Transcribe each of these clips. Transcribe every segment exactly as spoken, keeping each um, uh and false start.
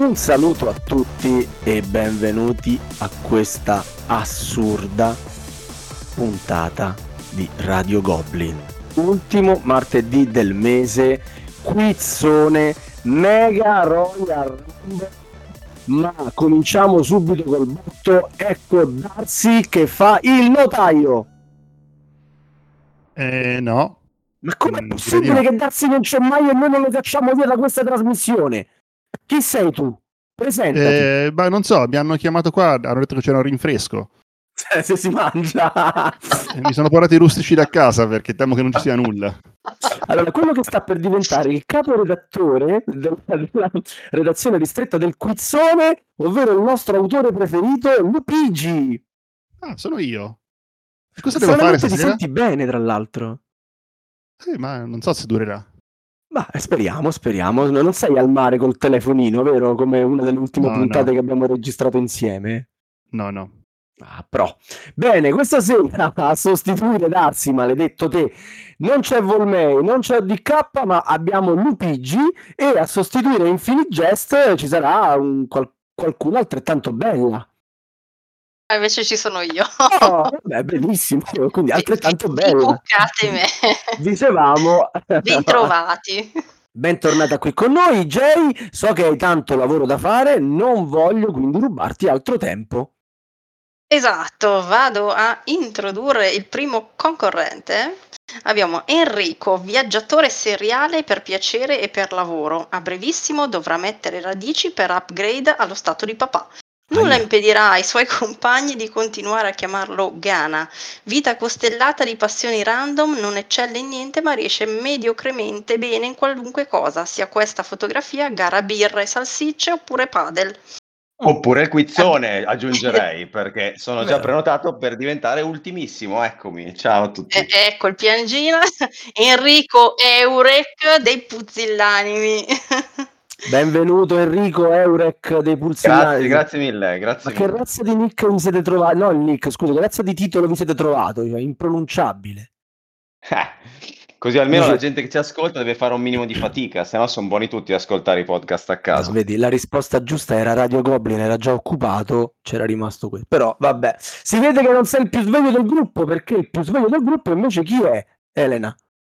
Un saluto a tutti e benvenuti a questa assurda puntata di Radio Goblin. Ultimo martedì del mese, quizzone Mega Royal Rumble. Ma cominciamo subito col botto. Ecco Darsi che fa il notaio. Eh no. Ma com'è Mm, possibile direi di no. che Darsi non c'è mai e noi non lo facciamo via da questa trasmissione? Chi sei tu? Presentati. Eh, beh, non so, mi hanno chiamato qua, hanno detto che c'era un rinfresco. Eh, se si mangia. E mi sono portati i rustici da casa perché temo che non ci sia nulla. Allora, quello che sta per diventare il caporedattore della, della redazione ristretta del Quizzone, ovvero il nostro autore preferito, Lupigi. Ah, sono io. E cosa devo fare Stranamente ti stasera? senti bene, tra l'altro. Sì, ma non so se durerà. Ma eh, speriamo, speriamo. No- Non sei al mare col telefonino, vero? Come una delle ultime No, puntate no, che abbiamo registrato insieme. no, no. Ah, però. Bene, questa sera a sostituire Darsi, maledetto te, non c'è Volmei, non c'è D K, ma abbiamo Lupigi e a sostituire Infinite Jest ci sarà un qual- qualcuno altrettanto bella. Ah, invece ci sono io. Oh, vabbè, benissimo, quindi Vi, altrettanto vi, vi bella. cuccate me. Dicevamo, Bentrovati. bentornata qui con noi, Jay. So che hai tanto lavoro da fare, non voglio quindi rubarti altro tempo. Esatto, vado a introdurre il primo concorrente. Abbiamo Enrico, viaggiatore seriale per piacere e per lavoro. A brevissimo dovrà mettere radici per upgrade allo stato di papà. Nulla Aia. impedirà ai suoi compagni di continuare a chiamarlo Gana. Vita costellata di passioni random, non eccelle in niente ma riesce mediocremente bene in qualunque cosa, sia questa fotografia, gara birra e salsicce oppure padel. Oppure il quizzone, aggiungerei, perché sono già Vero. prenotato per diventare ultimissimo. Eccomi, ciao a tutti. E- ecco il piangina. Enrico Eurek dei Puzzillanimi. Benvenuto Enrico Eurek dei Grazie, Pulsillani. grazie mille, Ma grazie che mille. razza di nick vi siete trovati? No, il nick, scusa, che razza di titolo vi siete trovato? Cioè, impronunciabile. Eh, così almeno Dici- la gente che ci ascolta deve fare un minimo di fatica, se no sono buoni tutti ad ascoltare i podcast a No, casa. vedi, la risposta giusta era Radio Goblin, era già occupato, c'era rimasto questo. Però, vabbè, si vede che non sei il più sveglio del gruppo, perché il più sveglio del gruppo invece chi è? Elena.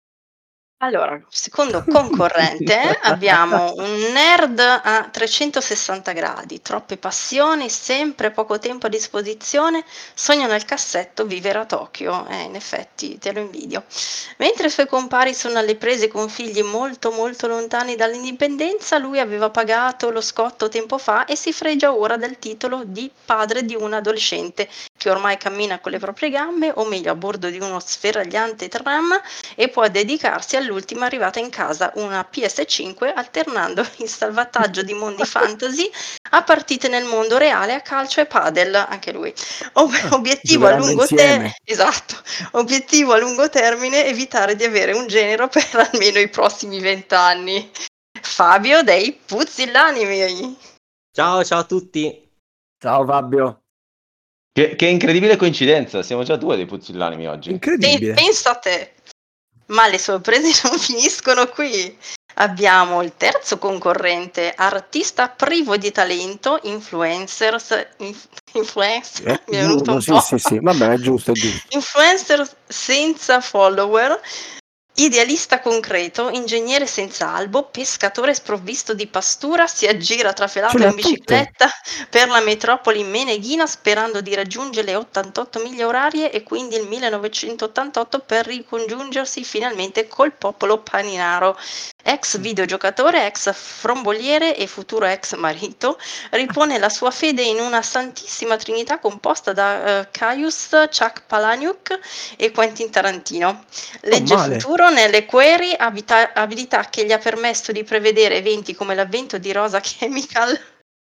Allora, secondo concorrente abbiamo un nerd a trecentosessanta gradi, troppe passioni, sempre poco tempo a disposizione, sogno nel cassetto, vivere a Tokyo, eh, in effetti te lo invidio. Mentre i suoi compari sono alle prese con figli molto molto lontani dall'indipendenza, lui aveva pagato lo scotto tempo fa e si fregia ora del titolo di padre di un adolescente che ormai cammina con le proprie gambe, o meglio a bordo di uno sferagliante tram, e può dedicarsi all'ultima arrivata in casa, una P S cinque, alternando il salvataggio di mondi fantasy a partite nel mondo reale a calcio e padel, anche lui. Ob- Ah, obiettivo a giocheranno lungo insieme. te- esatto, obiettivo a lungo termine, evitare di avere un genero per almeno i prossimi vent'anni. Fabio dei Puzzillanimi. Ciao, ciao a tutti. Ciao Fabio. Che, che incredibile coincidenza, siamo già due dei Puzzillanimi oggi. Pe- Incredibile. pensa a te. Ma le sorprese non finiscono qui. Abbiamo il terzo concorrente, artista privo di talento, influencers, inf- influencer, Eh, mi è venuto un giusto, po'. sì, sì, sì, vabbè, è giusto, è giusto. Influencer senza follower, idealista concreto, ingegnere senza albo, pescatore sprovvisto di pastura, si aggira Ce trafelato le ha in tutte. bicicletta per la metropoli meneghina sperando di raggiungere le ottantotto miglia orarie e quindi il millenovecentottantotto per ricongiungersi finalmente col popolo paninaro. Ex videogiocatore, ex fromboliere e futuro ex marito, ripone la sua fede in una santissima trinità composta da uh, Caius, Chuck Palahniuk e Quentin Tarantino. Legge il male. futuro nelle query, abita- abilità che gli ha permesso di prevedere eventi come l'avvento di Rosa Chemical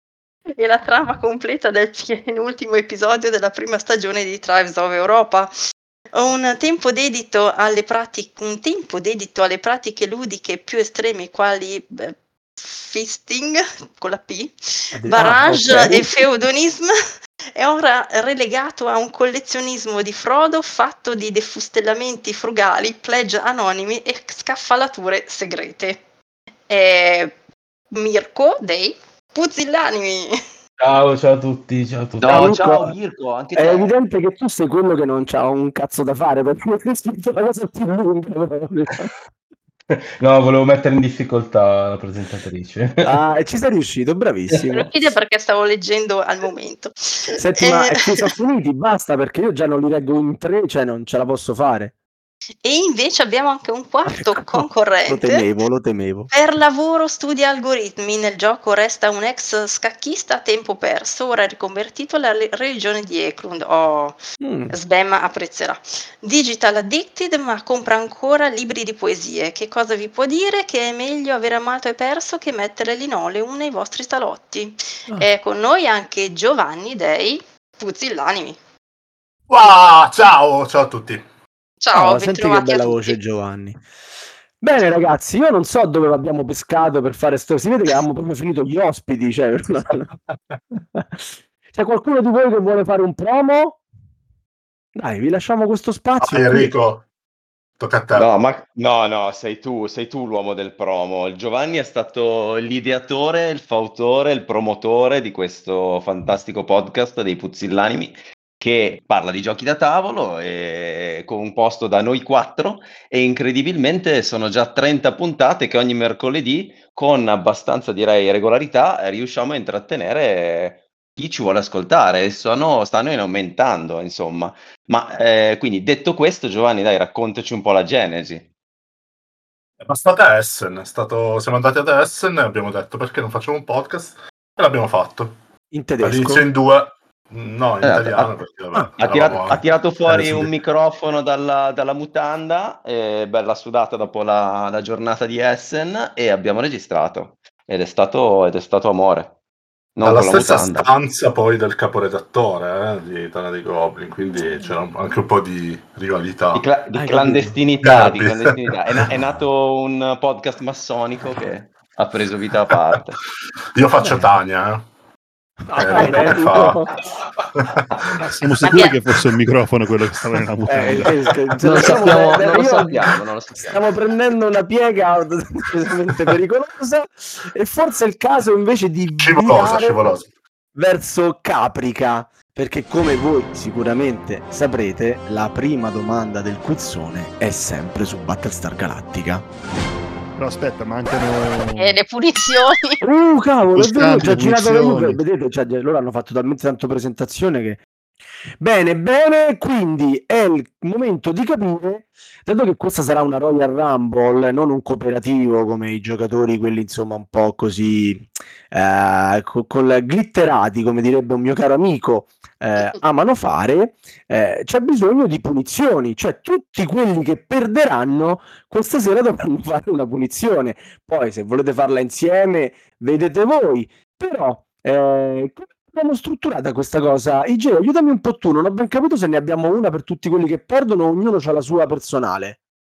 e la trama completa del penultimo episodio della prima stagione di Tribes of Europa. Un tempo dedito alle pratiche, un tempo dedito alle pratiche ludiche più estreme quali beh, fisting con la P, barrage Ah, ok. e feudonism è ora relegato a un collezionismo di frodo fatto di defustellamenti frugali, pledge anonimi e scaffalature segrete. E Mirko dei Puzzillanimi! Ciao, ciao a tutti, ciao a tutti. No, Luca, ciao Mirko, anche è te. evidente che tu sei quello che non c'ha un cazzo da fare perché mi hai scritto la cosa più lunga proprio. No, volevo mettere in difficoltà la presentatrice. Ah, e ci sei riuscito, bravissimo. Lo chiede perché stavo leggendo al momento. Senti, ma Eh, qui sono finiti, basta perché io già non li leggo in tre, cioè non ce la posso fare. E invece abbiamo anche un quarto Ecco, lo concorrente. temevo, lo temevo. Per lavoro studia algoritmi, nel gioco resta un ex scacchista a tempo perso, ora riconvertito alla le- religione di Eklund. Oh, Mm. Sbam apprezzerà. Digital addicted, ma compra ancora libri di poesie. Che cosa vi può dire? Che è meglio avere amato e perso che mettere linoleum nei vostri salotti. Ah. È con noi anche Giovanni dei Puzzillanimi. Wow, ciao, ciao a tutti. Ciao, Oh, senti che bentrovati a bella tutti. voce, Giovanni. Bene, ragazzi, io non so dove abbiamo pescato per fare sto. Si vede che abbiamo proprio finito gli ospiti. Cioè, c'è qualcuno di voi che vuole fare un promo? Dai, vi lasciamo questo spazio. Ah, qui. Enrico, tocca a te. No, ma no, no, sei tu, sei tu l'uomo del promo. Il Giovanni è stato l'ideatore, il fautore, il promotore di questo fantastico podcast dei Puzzillanimi che parla di giochi da tavolo e composto da noi quattro e incredibilmente sono già trenta puntate che ogni mercoledì con abbastanza, direi, regolarità riusciamo a intrattenere chi ci vuole ascoltare. Sono, stanno in aumentando, insomma. Ma eh, quindi detto questo, Giovanni, dai, raccontaci un po' la genesi. È stato a Essen, è stato... siamo andati ad Essen e abbiamo detto perché non facciamo un podcast e l'abbiamo fatto. In tedesco? All'inizio in due, no, in Eh, italiano ha- perché vabbè, Ah, Ha tirato, eravamo- ha tirato fuori eh, un sì. microfono dalla, dalla mutanda, eh, bella sudata dopo la, la giornata di Essen, e abbiamo registrato. Ed è stato, ed è stato amore. Non Dalla con la stessa mutanda. stanza poi del caporedattore eh, di Tana dei Goblin, quindi c'era un- anche un po' di rivalità. Di, cla- di Hai clandestinità, di Garbi. clandestinità. È, na- è nato un podcast massonico che ha preso vita a parte. Io faccio Beh. Tania, eh. Ah, Eh, bene, che fa? Ah, siamo sicuri Abbia- che fosse un microfono quello che stava nella Eh, mutanda. eh, se Non lo lasciamo sappiamo, perdere, non lo io- sappiamo, non lo sappiamo. Stiamo prendendo una piega decisamente pericolosa e forse è il caso invece di Scivolosa, virare scivolosa. verso Caprica, perché come voi sicuramente saprete, la prima domanda del quizzone è sempre su Battlestar Galactica. Però aspetta, mancano... E le punizioni. Uh, cavolo, è vero, Costanti, già girato le punizioni. vedete, già, loro hanno fatto talmente tanto presentazione che... Bene, bene, quindi è il momento di capire, dato che questa sarà una Royal Rumble, non un cooperativo come i giocatori, quelli insomma un po' così, eh, co- col glitterati, come direbbe un mio caro amico, eh, amano fare, eh, c'è bisogno di punizioni, cioè tutti quelli che perderanno questa sera dovranno fare una punizione. Poi se volete farla insieme, vedete voi, però eh, come abbiamo strutturata questa cosa? I G, aiutami un po' tu, non ho ben capito se ne abbiamo una per tutti quelli che perdono, ognuno ha la sua personale.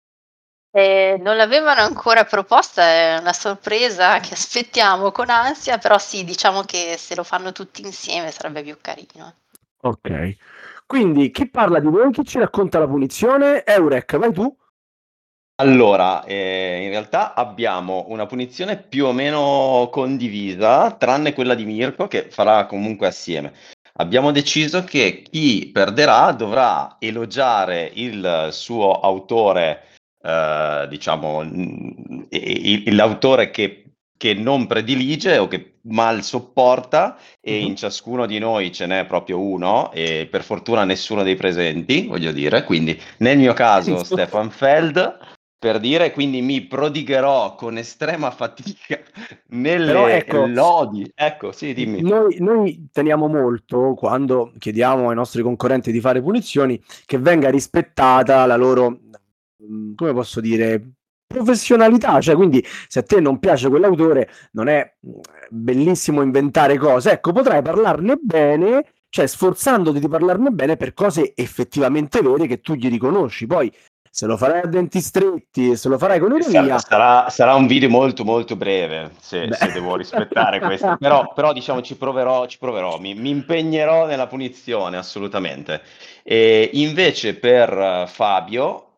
Eh, non l'avevano ancora proposta, è una sorpresa che aspettiamo con ansia, però sì, diciamo che se lo fanno tutti insieme sarebbe più carino. Ok, quindi chi parla di voi, chi ci racconta la punizione? Eurek, vai tu. Allora, eh, in realtà abbiamo una punizione più o meno condivisa, tranne quella di Mirko che farà comunque assieme. Abbiamo deciso che chi perderà dovrà elogiare il suo autore, eh, diciamo, mm, e- e- l'autore che, che non predilige o che mal sopporta, e Mhm. in ciascuno di noi ce n'è proprio uno, e per fortuna nessuno dei presenti, voglio dire. Quindi nel mio caso Stefan Feld, per dire, quindi mi prodigherò con estrema fatica nelle Però, ecco, lodi. Ecco, sì, dimmi. Noi, noi teniamo molto, quando chiediamo ai nostri concorrenti di fare punizioni, che venga rispettata la loro, mm, come posso dire, professionalità. Cioè, quindi se a te non piace quell'autore, non è mm, bellissimo inventare cose. Ecco, potrai parlarne bene, cioè sforzandoti di parlarne bene per cose effettivamente vere che tu gli riconosci. Poi, se lo farai a denti stretti e se lo farai con ironia, Sarà, sarà un video molto molto breve, se, Beh. se devo rispettare questo, però, però diciamo ci proverò, ci proverò, mi, mi impegnerò nella punizione, assolutamente. E invece per eh, Fabio,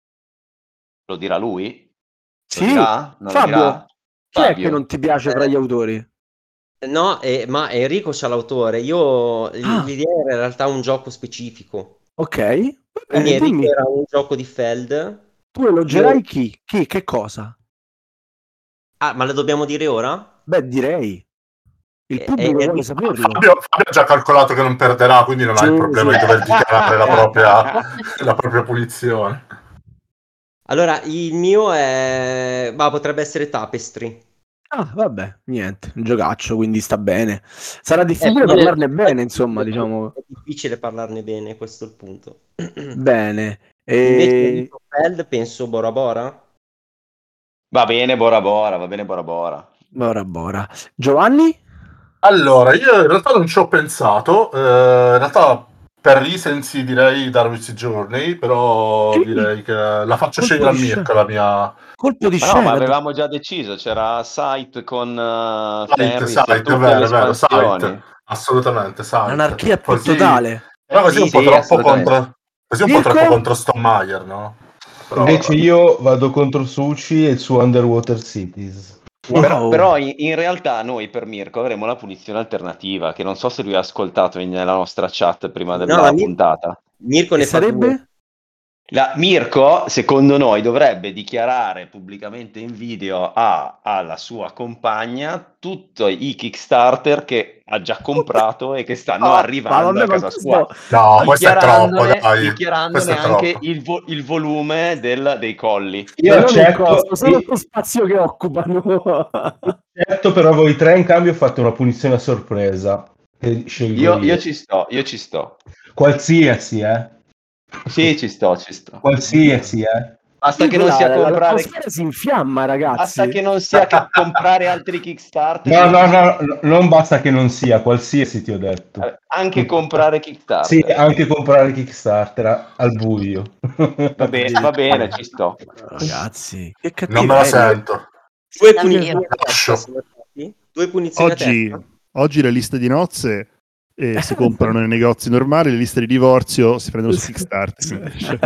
lo dirà lui? Lo Sì, dirà? Non lo Fabio, dirà? chi è Fabio. che non ti piace fra Eh, gli autori? No, eh, ma Enrico c'ha l'autore. Io l- Ah, l'idea era in realtà un gioco specifico. ok. Quindi Vabbè, Enrico dimmi, era un gioco di Feld. tu elogerai Io... chi? Chi? Che cosa? Ah, ma lo dobbiamo dire ora? Beh, direi. Il E- e- pubblico vuole Enrico... saperlo. Fabio, Fabio ha già calcolato che non perderà, quindi non ha Sì, il problema sì. di dover dichiarare la propria, la propria punizione. Allora, il mio è... bah, potrebbe essere Tapestry. Ah, vabbè, niente, un giocaccio, quindi sta bene. Sarà Eh, difficile non è- parlarne è bene, insomma, difficile, diciamo. è difficile parlarne bene, questo è il punto. Bene. Invece E... Enrico Feld, penso Bora Bora. Va bene Bora Bora, va bene Bora Bora. Bora Bora. Giovanni? Allora, io in realtà non ci ho pensato, eh, in realtà per recency direi Darwin's Journey, però Sì, direi che la faccio colpo scegliere a di scena. Mirko, la mia Colpo di Ma no, ma scena. avevamo già deciso, c'era Sight con uh, site, Fenris e site, è tutte vero, le è vero, site, espansioni. assolutamente site. Anarchia più Così, totale. però così Sì, un po' sì, troppo assolutamente. contro, così un po' Mirko? troppo contro Stonemeyer, no? Però, Invece vabbè. io vado contro Sushi e il suo Underwater Cities. Però, Wow. però in, in realtà noi per Mirko avremo la punizione alternativa, che non so se lui ha ascoltato in- nella nostra chat prima No, della Mir- puntata. Mirko E ne fa due. sarebbe? La, Mirko, secondo noi, dovrebbe dichiarare pubblicamente in video a- alla sua compagna tutti i Kickstarter che ha già comprato e che stanno Oh, ma arrivando vabbè, a ma casa sua. questo... No, questo è troppo, Dichiarandone, dai, dichiarandone questo è anche troppo. il, vo- il volume del- dei colli. Io Ma non il accetto, costo, solo io lo spazio che occupano. accetto, però voi tre in cambio fate una punizione a sorpresa. Che scelgo Io, io. io ci sto, io ci sto. Qualsiasi, eh. Sì, ci sto, ci sto. Qualsiasi, eh. Basta Qui che non la- sia la- comprare, l'atmosfera si infiamma, basta ragazzi. che non sia che comprare altri Kickstarter. No, io no, ci sto. no, no, non basta che non sia, qualsiasi ti ho detto. Eh, Anche comprare Sì, Kickstarter. anche comprare Kickstarter a- al buio. Va bene, va bene, ci sto. Ragazzi, che Non me la cattiveria. sento. Due Da punizioni Mirko. a testa, Lascio. signor Totti? Due punizioni a Oggi, testa? oggi le liste di nozze eh, si comprano nei negozi normali, le liste di divorzio si prendono su Kickstarter. invece.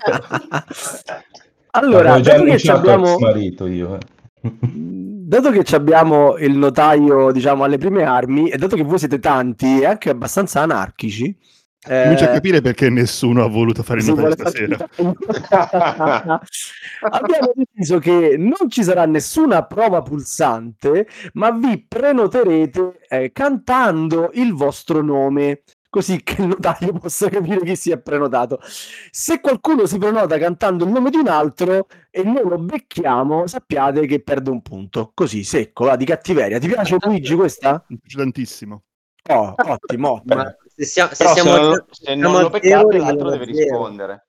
Allora, L'avevo già dato che annunciato abbiamo, ex marito io. eh. dato che abbiamo il notaio, diciamo, alle prime armi, e dato che voi siete tanti e anche abbastanza anarchici, Comincio a eh, capire perché nessuno ha voluto fare il si notaio vuole fare stasera. abbiamo deciso che non ci sarà nessuna prova pulsante, ma vi prenoterete eh, cantando il vostro nome, così che il notaio possa capire chi si è prenotato. Se qualcuno si prenota cantando il nome di un altro e noi lo becchiamo, sappiate che perde un punto. Così, secco, va, di cattiveria. Ti piace, Luigi, questa? Mi piace tantissimo. Oh, ottimo, ottimo. Ma se, siamo, se Però se siamo, non, a- lo- se siamo non a lo zero, beccate, l'altro rimaniamo deve a zero. rispondere.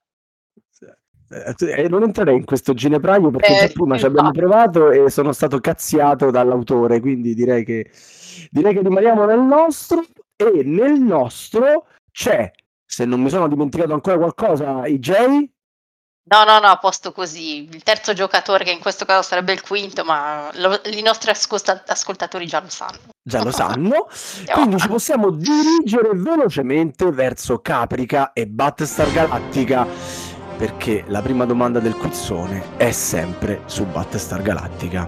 Eh, non entrerei in questo ginepraio perché già Eh, prima ci abbiamo infatti. provato e sono stato cazziato dall'autore, quindi direi che direi che rimaniamo nel nostro, e nel nostro c'è, se non mi sono dimenticato ancora qualcosa, I J, No, no, no, a posto così. Il terzo giocatore, che in questo caso sarebbe il quinto, ma lo- i nostri ascolta- ascoltatori già lo sanno. già lo sanno, Andiamo quindi ci avanti. possiamo dirigere velocemente verso Caprica e Battlestar Galactica, perché la prima domanda del quizzone è sempre su Battlestar Galactica.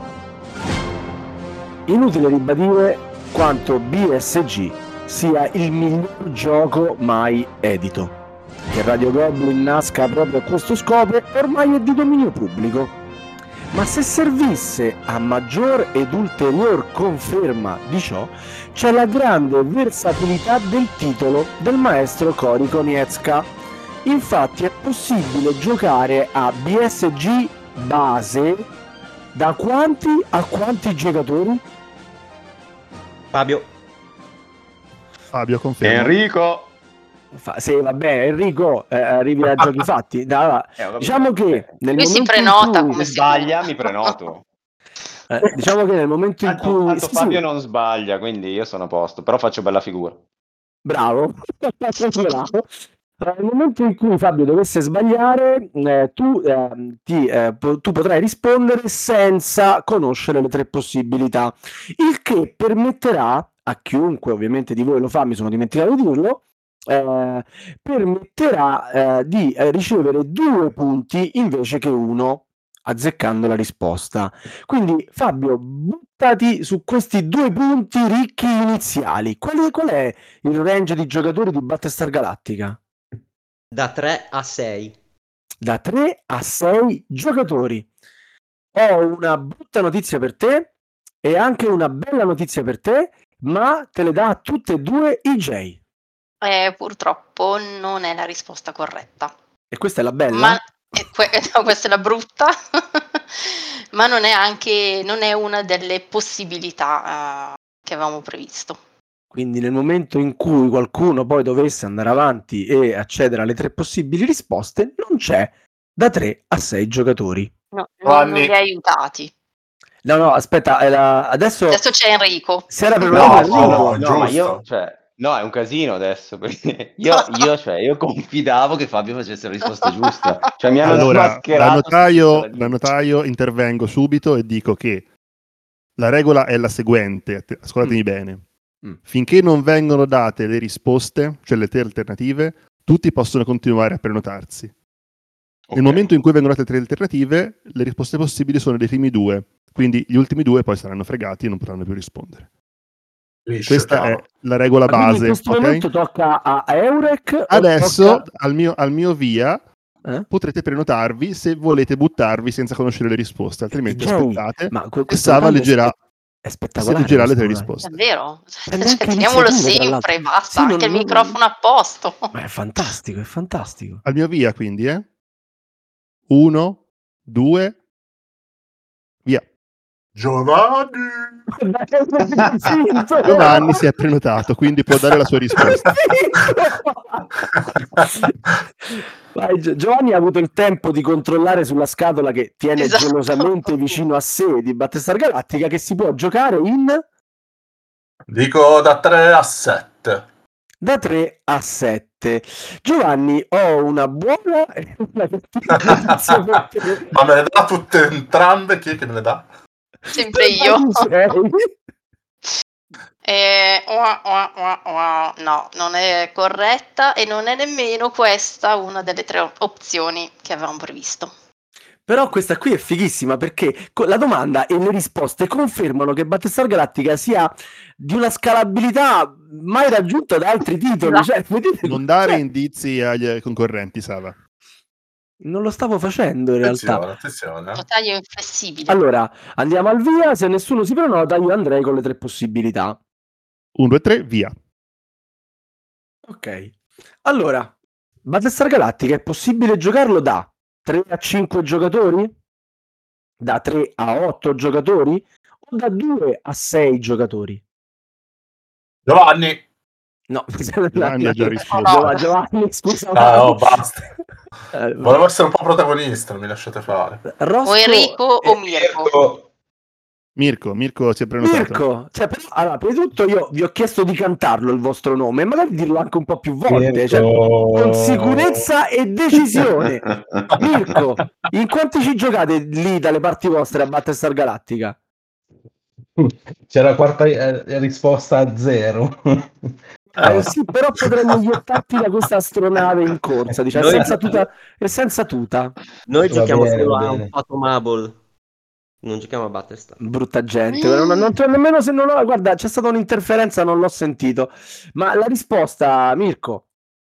Inutile ribadire quanto B S G sia il miglior gioco mai edito. Che Radio Goblin nasca proprio a questo scopo ormai è di dominio pubblico. Ma se servisse a maggior ed ulterior conferma di ciò, c'è la grande versatilità del titolo del maestro Cory Konietzka. Infatti è possibile giocare a B S G base da quanti a quanti giocatori? Fabio, Fabio, conferma. Enrico. Fa- sì, vabbè, Enrico, eh, arrivi a giochi fatti. Dai, va. Eh, vabbè. Diciamo che nel Lui si momento in prenota cui- come Se sbaglia, si mi prenoto. eh, diciamo che nel momento in Tanto, cui tanto sì, Fabio sì, non sbaglia, quindi io sono a posto, però faccio bella figura. bravo, bravo. Nel momento in cui Fabio dovesse sbagliare, eh, tu, ehm, ti, eh, po- tu potrai rispondere senza conoscere le tre possibilità, il che permetterà a chiunque ovviamente di voi lo fa, mi sono dimenticato di dirlo, eh, permetterà eh, di eh, ricevere due punti invece che uno. azzeccando la risposta. Quindi Fabio, buttati su questi due punti ricchi iniziali. Qual è, qual è il range di giocatori di Battlestar Galactica? Da tre a sei. Da tre a sei giocatori. Ho una brutta notizia per te e anche una bella notizia per te, ma te le dà tutte e due I J. Eh, purtroppo non è la risposta corretta. E questa è la bella? Ma eh, que- no, questa è la brutta, ma non è anche non è una delle possibilità eh, che avevamo previsto. Quindi nel momento in cui qualcuno poi dovesse andare avanti e accedere alle tre possibili risposte, non c'è da tre a sei giocatori. No, non, non li hai aiutati. No, no, aspetta, era... adesso... Adesso c'è Enrico. Si era No, preparato no, Enrico. no, no, ma io, cioè, no, è un casino adesso, perché io, io, cioè, io confidavo che Fabio facesse la risposta giusta. Cioè, mi hanno Allora, smascherato. da notaio, su- da notaio intervengo subito e dico che la regola è la seguente, ascoltatemi Mm. bene. Mm. Finché non vengono date le risposte, cioè le tre alternative, tutti possono continuare a prenotarsi. Ok. Nel momento in cui vengono date tre alternative, le risposte possibili sono dei primi due, quindi gli ultimi due poi saranno fregati e non potranno più rispondere. Liscio, Questa chiaro. è la regola Ma quindi base. in questo ok? momento tocca a Eurek o Adesso tocca- al, mio, al mio via Eh? potrete prenotarvi se volete buttarvi senza conoscere le risposte, altrimenti Jay, aspettate ma que- e questo Sava notaio è leggerà, spe- è spettacolare leggerà le tre questo notaio. risposte. Davvero? E neanche Cioè, teniamolo iniziative, tra sempre, l'altro. basta, Sì, non- anche il non- microfono a posto. Ma è fantastico, è fantastico. Al mio via quindi, eh? Uno, due, via. Giovanni! Giovanni si è prenotato, quindi può dare la sua risposta. Vai, Gio- Giovanni ha avuto il tempo di controllare sulla scatola che tiene Esatto. gelosamente vicino a sé di Battlestar Galactica che si può giocare in Dico da tre a sette. da tre a sette. Giovanni, ho una buona e una cattiva notizia per te. Ma me le dà tutte entrambe? Chi è che me le dà? Sempre io. Sei. Eh, ua, ua, ua, ua. No, non è corretta e non è nemmeno questa una delle tre op- opzioni che avevamo previsto. Però questa qui è fighissima perché co- la domanda e le risposte confermano che Battlestar Galactica sia di una scalabilità mai raggiunta da altri titoli. Cioè, vedete, Non dare cioè, indizi agli concorrenti, Sava. non lo stavo facendo in realtà. Attenzione, attenzione. Notaio inflessibile. Allora, andiamo al via. Se nessuno si prenota, io andrei con le tre possibilità. Uno, due, tre, via. Ok. Allora, Battlestar Galactica è possibile giocarlo da tre a cinque giocatori? Da tre a otto giocatori? O da due a sei giocatori? Giovanni! No, Giovanni ha già risposto. Giovanni, Giovanni, scusa. Ah, no, basta. Eh, Volevo essere un po' protagonista, non mi lasciate fare. Rosco, O Enrico o Eh, Mirko. Mirko, Mirko, Mirko si è prenotato. Mirko, cioè, però, allora, prima di tutto io vi ho chiesto di cantarlo il vostro nome e magari dirlo anche un po' più volte, cioè, con sicurezza e decisione. Mirko, in quanti ci giocate lì dalle parti vostre a Battlestar Galactica? C'è la quarta eh, risposta a zero. Eh, sì, però potremmo iettarti da questa astronave in corsa, diciamo, Noi- senza tuta, e senza tuta. Noi Va giochiamo bene, solo va a bene. un Photomable. Non giochiamo a Battlestar. Brutta gente, non, non, non- nemmeno se non ho, guarda, c'è stata un'interferenza, non l'ho sentito. Ma la risposta, Mirko,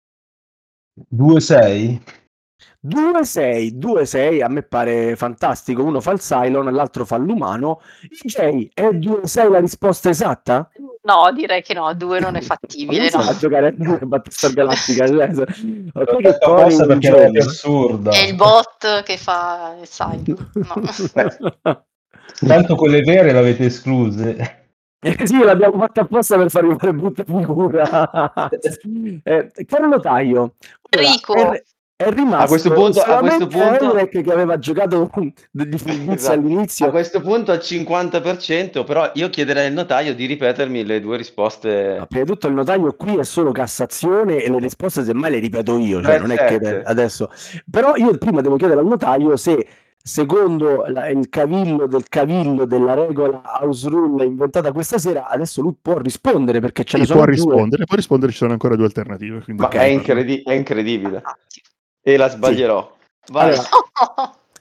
due sei? due sei, due sei a me pare fantastico. Uno fa il Cylon, l'altro fa l'umano. I J, è due sei la risposta esatta? No, direi che no, due non è fattibile, Non no. a giocare a due Battlestar Galactica. Cioè, se- ok che Questa Cory cosa un perché è giorno. assurda. È il bot che fa il site. No. Tanto quelle vere le avete escluse. Eh sì, l'abbiamo fatta apposta per farvi fare brutta figura. eh, caro notaio, ora, Enrico. è, è rimasto A questo punto- a questo solamente punto- Eurek che aveva giocato degli servizi Esatto. all'inizio. A questo punto al cinquanta per cento, però io chiederei al notaio di ripetermi le due risposte. No, prima di tutto il notaio qui è solo Cassazione e le risposte semmai le ripeto io, cioè non è che Perfetto. adesso. Però io prima devo chiedere al notaio se secondo la- il cavillo del cavillo della regola house rule inventata questa sera, adesso lui può rispondere perché ce Sì, ne sono può due. rispondere, può rispondere, ci sono ancora due alternative. Quindi Ma Ok. è, incredi- è incredibile. E la sbaglierò. Vai. Allora,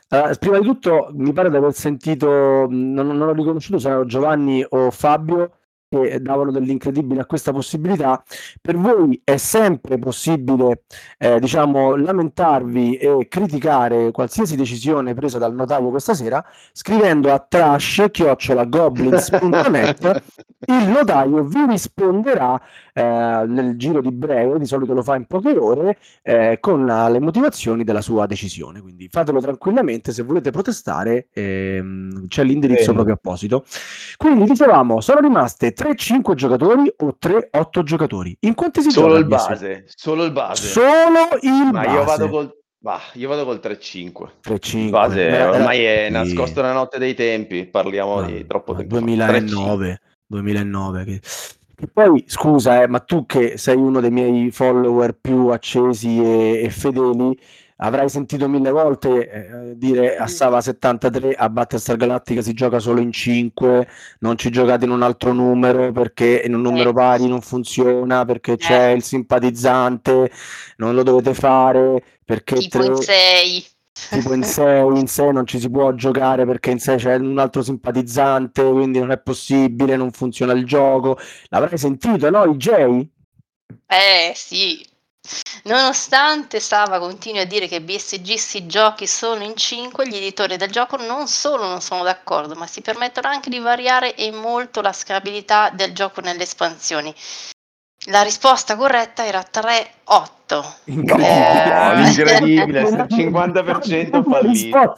Uh, prima di tutto mi pare di aver sentito, non, non ho riconosciuto se erano Giovanni o Fabio che davano dell'incredibile a questa possibilità. Per voi è sempre possibile, eh, diciamo, lamentarvi e criticare qualsiasi decisione presa dal notaio questa sera scrivendo a trash chiocciola goblins punto net. Il notaio vi risponderà eh, nel giro di breve, di solito lo fa in poche ore, eh, con la- le motivazioni della sua decisione. Quindi fatelo tranquillamente, se volete protestare ehm, c'è l'indirizzo Bene. proprio apposito. Quindi dicevamo, sono rimaste tre cinque giocatori o tre otto giocatori. In quanti si Solo gioca? il Biese? base, solo il base. Solo il Ma base. io vado col, bah, io vado col tre cinque. tre Il cinque. base Era- ormai era- è sì. nascosto nella notte dei tempi, parliamo Ma- di troppo ma tempo fa. tre cinque. duemilanove, duemilanove che... che poi scusa, eh, ma tu che sei uno dei miei follower più accesi e, e fedeli, avrai sentito mille volte eh, dire a Sava settantatré a Battlestar Galactica si gioca solo in cinque, non ci giocate in un altro numero perché in un numero Eh. pari non funziona, perché Eh. c'è il simpatizzante, non lo dovete fare perché Tipo in tre- sei. tipo in sei in sei non ci si può giocare perché in sei c'è un altro simpatizzante, quindi non è possibile, non funziona il gioco. L'avrai sentito, no, I J? Eh sì. Nonostante Sava continui a dire che B S G si giochi solo in cinque, gli editori del gioco non solo non sono d'accordo, ma si permettono anche di variare e molto la scalabilità del gioco nelle espansioni. La risposta corretta era tre otto. Incredibile. Oh, Eh. l'incredibile, il cinquanta per cento fallito.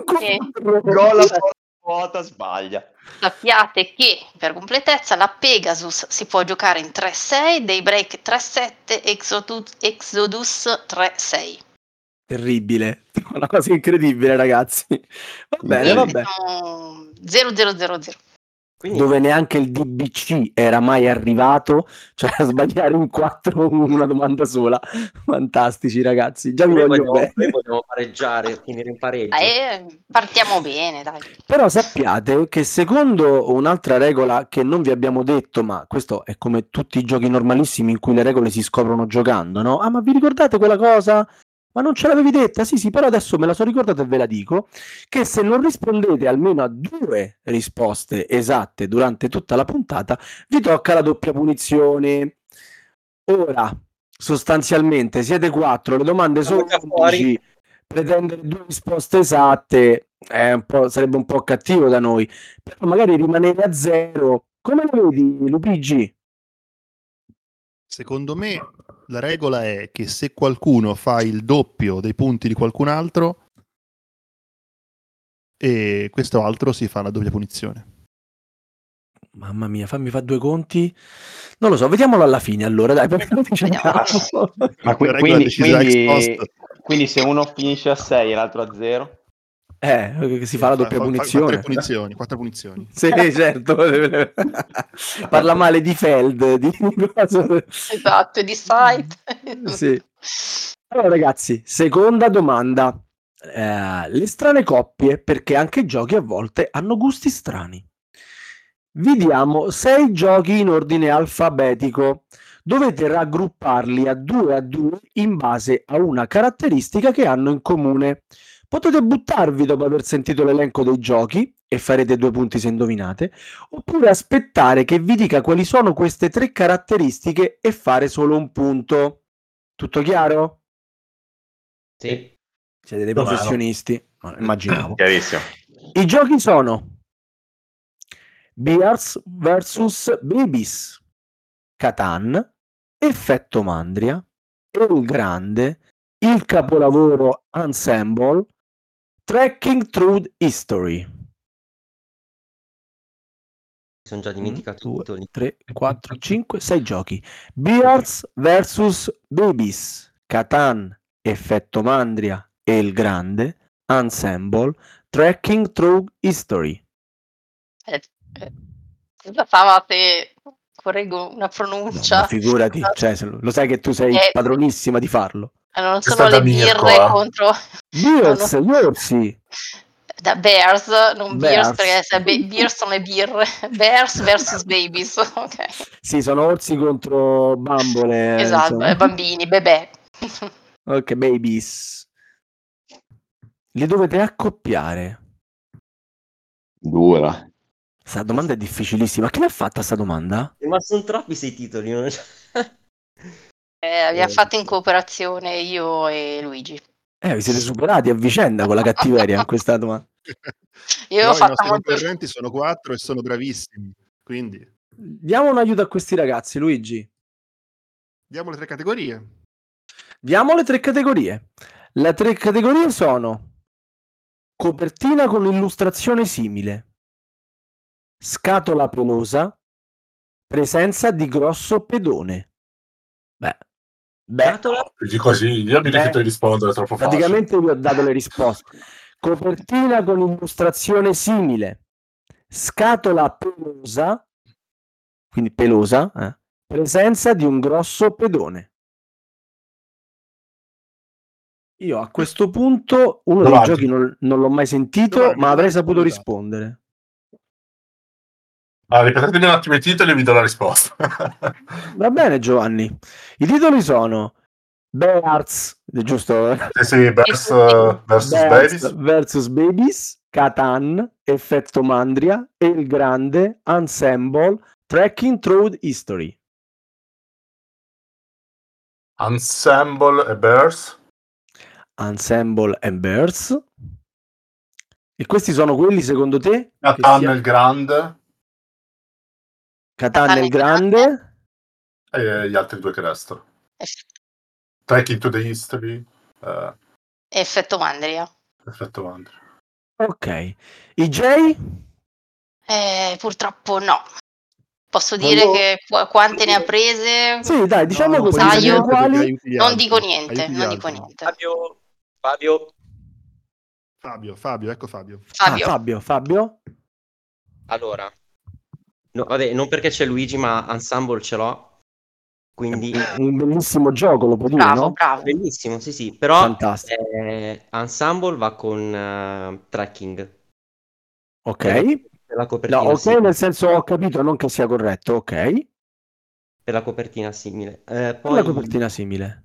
Gol a quota sbaglia. Sappiate che, per completezza, la Pegasus si può giocare in tre sei, Daybreak tre sette, Exodus, Exodus tre sei. Terribile, una cosa incredibile, ragazzi. Va bene, Quindi vabbè. siamo zero zero zero zero. Quindi Dove neanche il D B C era mai arrivato, cioè a sbagliare in quattro una domanda sola. Fantastici, ragazzi. Già vi noi voglio vogliamo, bene. noi vogliamo pareggiare, finire in pareggio. Eh, partiamo bene, dai. Però sappiate che secondo un'altra regola che non vi abbiamo detto, ma questo è come tutti i giochi normalissimi in cui le regole si scoprono giocando, no? Ah, ma vi ricordate quella cosa? Ma non ce l'avevi detta? Sì, sì, però adesso me la sono ricordata e ve la dico, che se non rispondete almeno a due risposte esatte durante tutta la puntata, vi tocca la doppia punizione. Ora, sostanzialmente, siete quattro, le domande sono Siamo già fuori. undici, pretendere due risposte esatte è un po', sarebbe un po' cattivo da noi, però magari rimanere a zero. Come lo vedi, Lupigi? Secondo me la regola è che se qualcuno fa il doppio dei punti di qualcun altro, e questo altro si fa la doppia punizione. Mamma mia, fammi fare due conti. Non lo so, vediamolo alla fine allora, dai, perché non ci Vediamo. giochiamo. Ma qui- La regola quindi, decisa ex quindi, post. quindi se uno finisce a sei e l'altro a zero? Eh, che si fa la doppia Fa- fa- fa- punizione. Quattro punizioni, quattro punizioni. Sì, certo. Parla male di Feld, di cosa... Esatto, di site. Sì. Allora ragazzi, seconda domanda. Eh, le strane coppie, perché anche i giochi a volte hanno gusti strani. Vi diamo sei giochi in ordine alfabetico. Dovete raggrupparli a due a due in base a una caratteristica che hanno in comune. Potete buttarvi dopo aver sentito l'elenco dei giochi e farete due punti se indovinate, oppure aspettare che vi dica quali sono queste tre caratteristiche e fare solo un punto. Tutto chiaro? Sì. Siete dei Più o meno. professionisti, ma immaginavo. Chiarissimo. I giochi sono Bears versus Babies, Catan, Effetto Mandria, El Grande, il capolavoro Ensemble, Trekking Through History. Mi sono già dimenticato i due, titoli. tre, quattro, cinque, sei giochi. Bears versus Babies, Catan, Effetto Mandria, El Grande, Ensemble, Trekking Through History. Eh, eh, cosa stavate? Correggo una No, pronuncia. ma figurati, cioè, se- lo sai che tu sei Eh, padronissima di farlo. non Questa sono è da le Mirko, birre eh. contro Bears, no, no. gli orsi. Da Bears, non Bears, Bears. perché se be- Bears sono le birre. Bears versus Babies, ok. Sì, sono orsi contro bambole. eh, Esatto, insomma. eh, bambini, bebè. Ok, babies. li dovete accoppiare. Dura. Questa domanda è difficilissima. Chi l'ha fatta sta domanda? Ma sono troppi sei titoli. Non... Eh, abbiamo Eh. fatto in cooperazione io e Luigi. Eh, vi siete superati a vicenda con la cattiveria in questa domanda. Io Però l'ho i fatta nostri molto. concorrenti sono quattro e sono bravissimi, quindi Diamo un aiuto a questi ragazzi, Luigi. diamo le tre categorie. Diamo le tre categorie. Le tre categorie sono copertina con illustrazione simile, scatola pelosa, presenza di grosso pedone. Beh, beh, Scatola? Quindi così, io mi Beh, rifiuto di rispondere, è troppo facile. praticamente vi ho dato le risposte. Copertina con illustrazione simile, scatola pelosa, quindi pelosa, eh, presenza di un grosso pedone. Io a questo punto uno dei Giovanni. giochi non, non l'ho mai sentito, Giovanni, ma avrei Giovanni, saputo scusa. rispondere. Ah, ripetetemi un attimo i titoli e vi do la risposta. Va bene, Giovanni. I titoli sono Bears, è giusto? Sì, sì, Bears uh, versus Bears Babies. versus Babies, Catan, Effetto Mandria, El Grande, Ensemble, Trekking Through History. Ensemble e Bears. Ensemble and Bears. E questi sono quelli, secondo te? Che Catan sia- il Grande Catan Catan il il Grande. e gli altri due che restano. Trekking to the History. eh, Effetto Mandria. Effetto Mandri. Ok. I J? Eh, purtroppo no. Posso dire Quando- che qu- quante ne ha prese? Sì, dai, diciamo No, non così. puoi dire Taglio. niente perché Quali? aiuti gli Non altri. dico niente, Aiuti gli non dico altri. niente. Fabio, Fabio, Fabio, Fabio, ecco Fabio. Fabio. Ah, Fabio, Fabio? allora, no, vabbè, non perché c'è Luigi, ma Ensemble ce l'ho, quindi Un bellissimo gioco, lo puoi dire, Bravo, no? bravo. bellissimo, sì, sì, però Fantastico. eh, Ensemble va con eh, Trekking, Ok. per la, per la copertina No, ok, simile, nel senso ho capito, non che sia corretto, ok. per la copertina simile. Eh, Per poi, la copertina simile.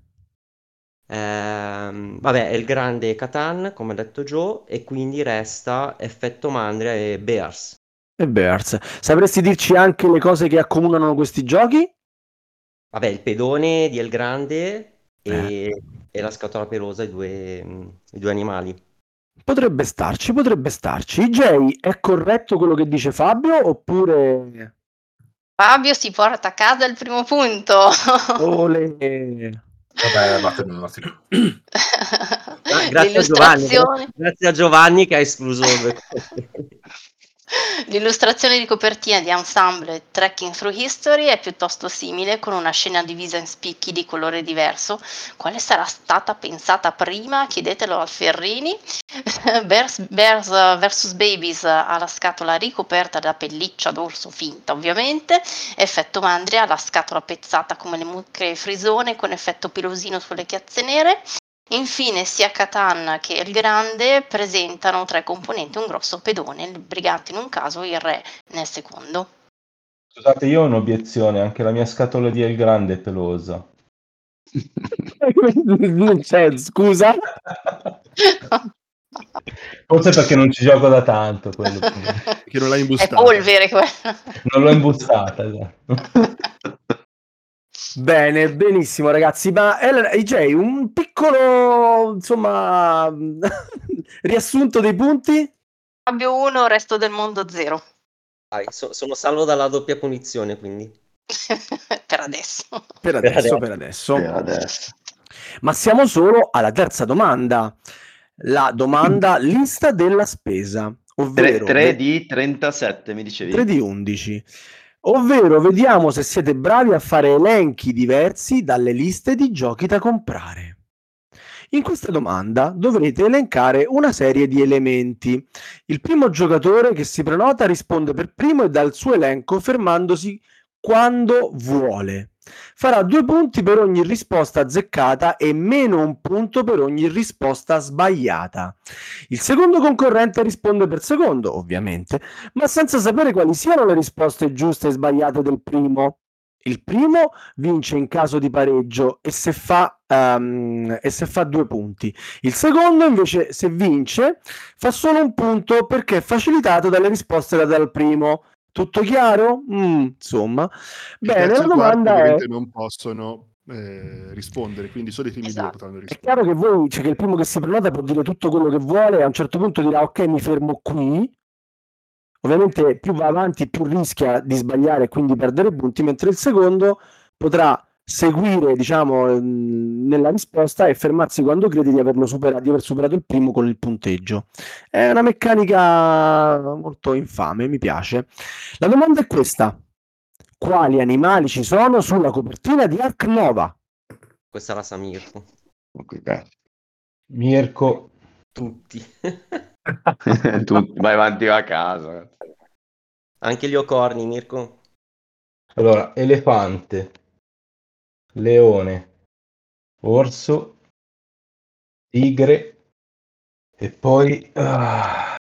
ehm, vabbè, è il grande Catan, come ha detto Joe, e quindi resta Effetto Mandria e Bears. E Bears. Sapresti dirci anche le cose che accomunano questi giochi? Vabbè, il pedone di El Grande e, Eh. e la scatola pelosa, i due, mm, i due animali. Potrebbe starci, potrebbe starci. I J, è corretto quello che dice Fabio oppure... Fabio si porta a casa il primo punto. Ole. Vabbè, matematica. Ah, grazie a Giovanni, L'illustrazione. grazie a Giovanni che ha escluso due cose. L'illustrazione di copertina di Ensemble Trekking Through History è piuttosto simile, con una scena divisa in spicchi di colore diverso. Quale sarà stata pensata prima? Chiedetelo al Ferrini. Bears, Bears versus Babies ha la scatola ricoperta da pelliccia d'orso finta, ovviamente. Effetto Mandria ha la scatola pezzata come le mucche frisone, con effetto pilosino sulle chiazze nere. Infine sia Catan che il Grande presentano tra i componenti un grosso pedone, il brigante in un caso, il re nel secondo. Scusate, io ho un'obiezione, anche la mia scatola di El Grande è pelosa. Non c'è, scusa. Forse perché non ci gioco da tanto, quello. Che non l'hai È imbustata. polvere quella. Non l'ho imbustata, esatto. Bene, benissimo ragazzi, ma allora, I J, un piccolo, insomma, riassunto dei punti? Fabio uno, resto del mondo zero. Dai, so- sono salvo dalla doppia punizione, quindi. Per adesso. Per Per adesso, adesso. per adesso. Per adesso. Ma siamo solo alla terza domanda, la domanda lista della spesa, ovvero tre di trentasette, mi dicevi? tre di undici, ovvero vediamo se siete bravi a fare elenchi diversi dalle liste di giochi da comprare. In questa domanda dovrete elencare una serie di elementi. Il primo giocatore che si prenota risponde per primo e dà il suo elenco fermandosi quando vuole. Farà due punti per ogni risposta azzeccata e meno un punto per ogni risposta sbagliata. Il secondo concorrente risponde per secondo, ovviamente, ma senza sapere quali siano le risposte giuste e sbagliate del primo. il primo vince in caso di pareggio e se fa, um, e se fa due punti. Il secondo invece, se vince, fa solo un punto perché è facilitato dalle risposte date dal primo. Tutto chiaro? Mm, insomma. Il Bene, terzo la e il quarto domanda è... ovviamente non possono eh, rispondere, quindi solo i primi due Esatto. potranno È rispondere. chiaro che voi, cioè che il primo che si prenota può dire tutto quello che vuole e a un certo punto dirà ok, mi fermo qui. Ovviamente più va avanti più rischia di sbagliare e quindi perdere punti, mentre il secondo potrà seguire, diciamo, mh, nella risposta e fermarsi quando crede di averlo superato, di aver superato il primo con il punteggio. È una meccanica molto infame, mi piace. La domanda è questa: quali animali ci sono sulla copertina di Ark Nova? Questa la sa Mirko. Ok. Mirko, Tutti. Tu vai avanti a casa. Anche gli ocorni, Mirko. allora, elefante, leone, orso, tigre e poi... ah,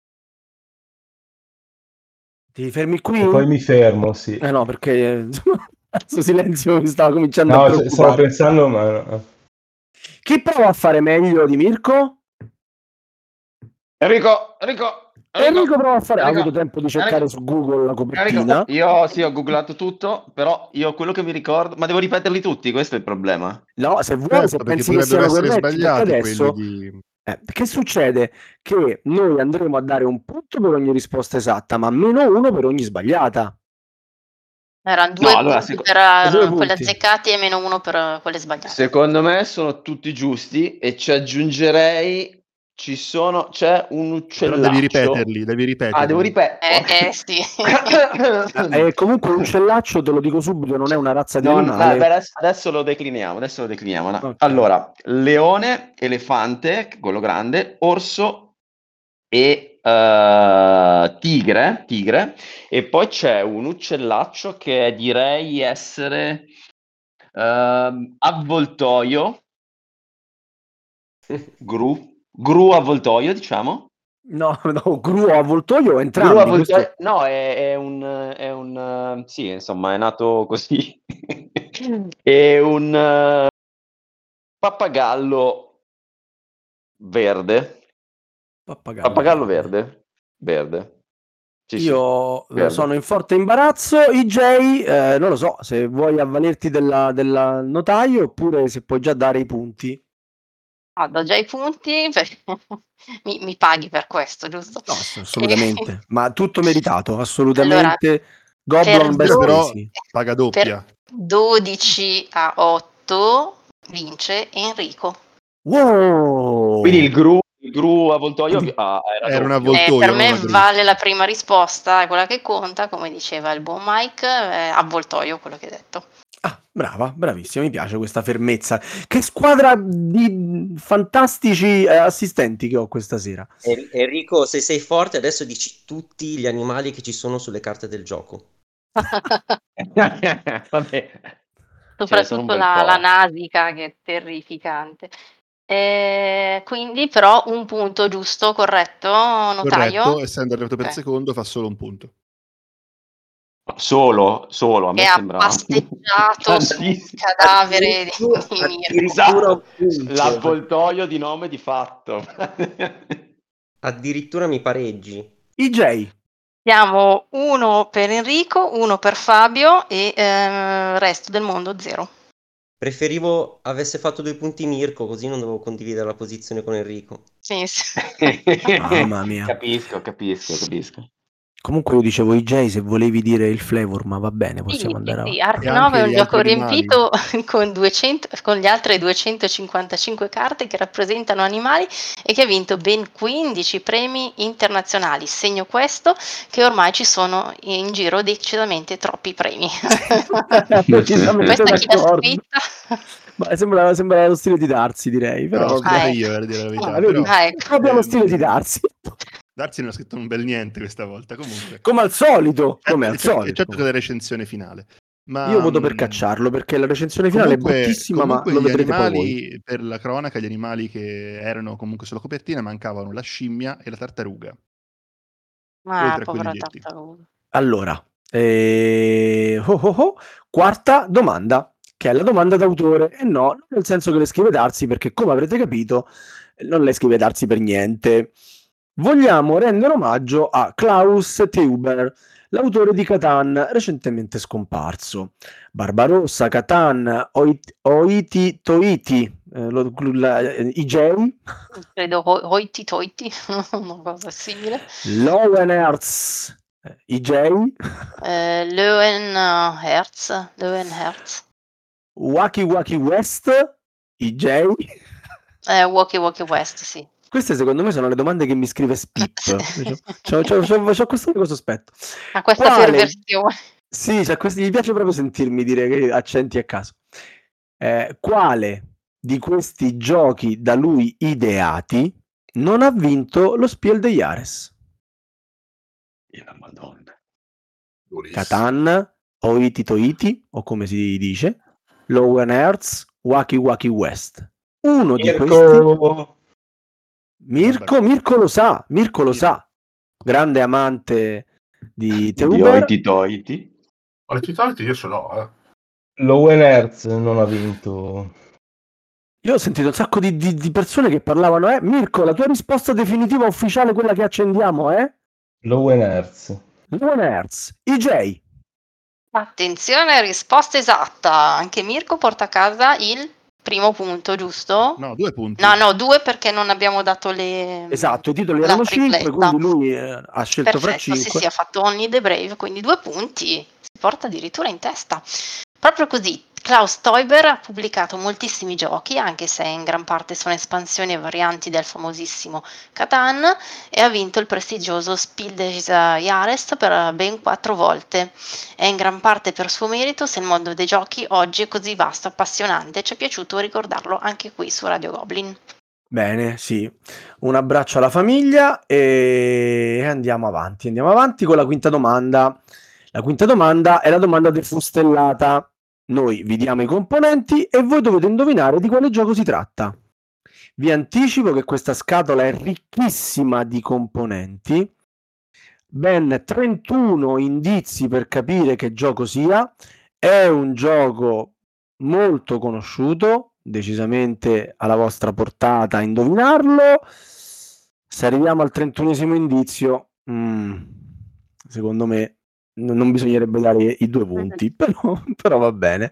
Ti fermi qui? e poi mi fermo, sì. Eh no, perché insomma, questo silenzio mi stava cominciando a No, c- stavo preoccupare. pensando, ma... no. Chi prova a fare meglio di Mirko? Enrico, Enrico, Enrico prova a fare. Ha Enrico, avuto tempo di cercare Enrico, su Google la copertina. Enrico, io sì, ho googlato tutto, però io quello che mi ricordo, ma devo ripeterli tutti, questo è il problema. No, se vuoi, se Certo, perché pensi che potrebbero siano essere corretti, perché sbagliati quelli adesso di... eh, che succede? Che noi andremo a dare un punto per ogni risposta esatta, ma meno uno per ogni sbagliata. Erano due No, allora, punti seco- per E due eh, quelle punti. azzeccate e meno uno per eh, quelle sbagliate. secondo me sono tutti giusti e ci aggiungerei, ci sono, c'è un Però devi uccellaccio. ripeterli, devi ripeterli. Ah, devo ripetere. Eh, eh, sì. E comunque un uccellaccio, te lo dico subito, non è una razza di No, no, animale. beh, adesso, adesso lo decliniamo, adesso lo decliniamo. no. Ok. Allora, leone, elefante, quello grande, orso e eh, tigre, tigre, e poi c'è un uccellaccio che direi essere ehm, avvoltoio, gru, gru avvoltoio, diciamo. No, no, gru o avvoltoio, Gru entrambi. Questo... avvoltoio, no, è, è un, è un, eh, sì, insomma, è nato così. È un eh, pappagallo verde. Pappagallo Pappagallo verde. verde. Verde. Sì, sì, Io eh, verde. sono in forte imbarazzo. I J, eh, non lo so se vuoi avvalerti della, della notaio oppure se puoi già dare i punti. Ah, do già i punti, perché mi, mi paghi per questo, giusto? No, ass- assolutamente, ma tutto meritato, Allora, assolutamente. per, Goblin Best do- Però Easy. paga doppia. per dodici a otto vince Enrico. Wow! Quindi il gru, il gru avvoltoio Quindi- ah, era, Era un doppio. Eh, avvoltoio, per non me una gru. vale la prima risposta, è quella che conta, come diceva il buon Mike, eh, avvoltoio quello che hai detto. Ah, brava, bravissima, mi piace questa fermezza. Che squadra di fantastici eh, assistenti che ho questa sera. En- Enrico, se sei forte, adesso dici tutti gli animali che ci sono sulle carte del gioco. Vabbè. Ce ne sono un Soprattutto bel la, po'. la nasica che è terrificante. Eh, quindi però un punto giusto, corretto, notaio? Corretto, essendo arrivato per Ok. secondo fa solo un punto. Solo, solo, a me Che ha sembra pasteggiato sul tantissimo. cadavere di, Addirittura- di Mirko. addirittura un punto. L'avvoltoio di nome di fatto. Addirittura mi pareggi. I J, Siamo uno per Enrico, uno per Fabio e eh, resto del mondo zero. Preferivo avesse fatto due punti Mirko, così non dovevo condividere la posizione con Enrico. Sì, sì. mamma mia. Capisco, capisco, capisco. Comunque io dicevo I J se volevi dire il flavor, ma va bene, Sì, possiamo sì, andare sì, avanti. Ark E nove anche è un gli gioco altri animali. riempito con, duecento, con le altre duecentocinquantacinque carte che rappresentano animali e che ha vinto ben quindici premi internazionali. Segno questo che ormai ci sono in giro decisamente troppi premi. Precisamente Questa chi l'ha d'accordo. scritta? Ma sembra, sembra lo stile di Darsi, direi. Però No, l'ho vabbè. scritta Ah, io, ecco. per dire la verità. Ah, vedi? Però, Ah, ecco. Proprio lo stile di ehm, Darsi. Darsi non ha scritto un bel niente questa volta, comunque. Come al solito, come Eh, al e certo- e solito. certo che la recensione finale. Ma, Io voto per mh, cacciarlo perché la recensione finale comunque, è bruttissima, comunque ma lo gli vedrete poi voi. animali, per la cronaca, gli animali che erano comunque sulla copertina mancavano la scimmia e la tartaruga, Ah, oltre a povera coniglietti. tartaruga. Allora, E... oh, oh, oh. Quarta domanda, che è la domanda d'autore. E no, non nel senso che le scrive Darsi, perché come avrete capito non le scrive Darsi per niente. Vogliamo rendere omaggio a Klaus Teuber, l'autore di Catan, recentemente scomparso. Barbarossa, Catan, Oit- Oiti Toiti, eh, lo- la- I J, Credo ho- hoiti toiti, una cosa simile. Lowenherz, eh, I J, Eh, Löwenherz, Löwenherz. Wacky Wacky West, I J. Eh, Walkie Walkie West, sì. Queste secondo me sono le domande che mi scrive Spip. C'ho, c'ho, c'ho, c'ho, c'ho questo unico sospetto. Ha questa Quale- perversione. Sì, c'è questi, mi piace proprio sentirmi dire che accenti a caso. Eh, quale di questi giochi da lui ideati non ha vinto lo Spiel des Jahres? E la Madonna. Durissimo. Catan, Oiti Toiti, o come si dice, Lowenherz, Wacky Wacky West. Uno di questi... Mirko, Mirko, Mirko lo sa, Mirko lo sa, grande amante di Di Teuber. Oiti Toiti. Oiti Toiti io ce l'ho, eh. Lowenherz non ha vinto. Io ho sentito un sacco di, di- di persone che parlavano, eh, Mirko, la tua risposta definitiva ufficiale, quella che accendiamo, è Lowenherz. Lowenherz, I J. Attenzione, risposta esatta. Anche Mirko porta a casa il primo punto, giusto? No, due punti. No, no, due perché non abbiamo dato le... Esatto, i titoli la erano cinque, tripletta. quindi lui eh, ha scelto fra Perfetto, sì, cinque. sì, ha fatto Only the Brave, quindi due punti, si porta addirittura in testa. Proprio così, Klaus Teuber ha pubblicato moltissimi giochi, anche se in gran parte sono espansioni e varianti del famosissimo Catan, e ha vinto il prestigioso Spiel des Jahres per ben quattro volte. È in gran parte per suo merito se il mondo dei giochi oggi è così vasto e appassionante. Ci è piaciuto ricordarlo anche qui su Radio Goblin. Bene, sì. Un abbraccio alla famiglia e andiamo avanti. Andiamo avanti con la quinta domanda. La quinta domanda è la domanda defustellata. Noi vi diamo i componenti e voi dovete indovinare di quale gioco si tratta. Vi anticipo che questa scatola è ricchissima di componenti, ben trentuno indizi per capire che gioco sia. È un gioco molto conosciuto, decisamente alla vostra portata indovinarlo. Se arriviamo al trentunesimo indizio, mm, secondo me n- non bisognerebbe dare i due punti, però, però va bene.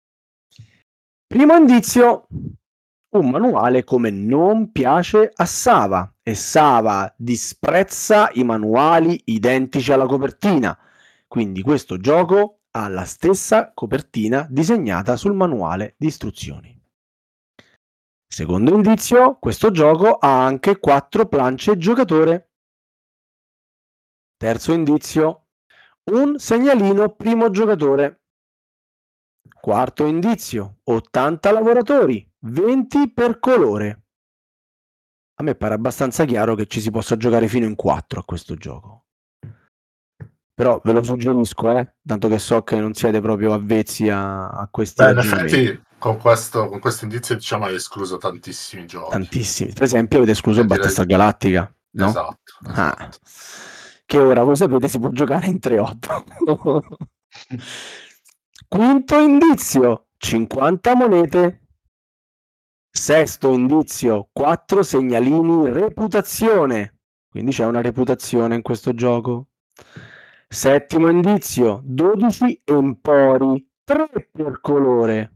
Primo indizio, un manuale come non piace a Sava, e Sava disprezza i manuali identici alla copertina. Quindi questo gioco ha la stessa copertina disegnata sul manuale di istruzioni. Secondo indizio, questo gioco ha anche quattro planche giocatore. Terzo indizio, un segnalino primo giocatore. Quarto indizio, ottanta lavoratori, venti per colore. A me pare abbastanza chiaro che ci si possa giocare fino in quattro a questo gioco. Però ve lo suggerisco, eh, tanto che so che non siete proprio avvezzi a, a questi Beh, in ragionamenti. effetti con questo, con questo indizio diciamo hai escluso tantissimi giochi. Tantissimi. Per esempio avete escluso Eh, direi- Battlestar Galactica, no? Esatto, Ah. esatto. Che ora, voi sapete, si può giocare in tre otto. Quinto indizio, cinquanta monete. Sesto indizio, quattro segnalini reputazione. Quindi c'è una reputazione in questo gioco. Settimo indizio, dodici empori, tre per colore.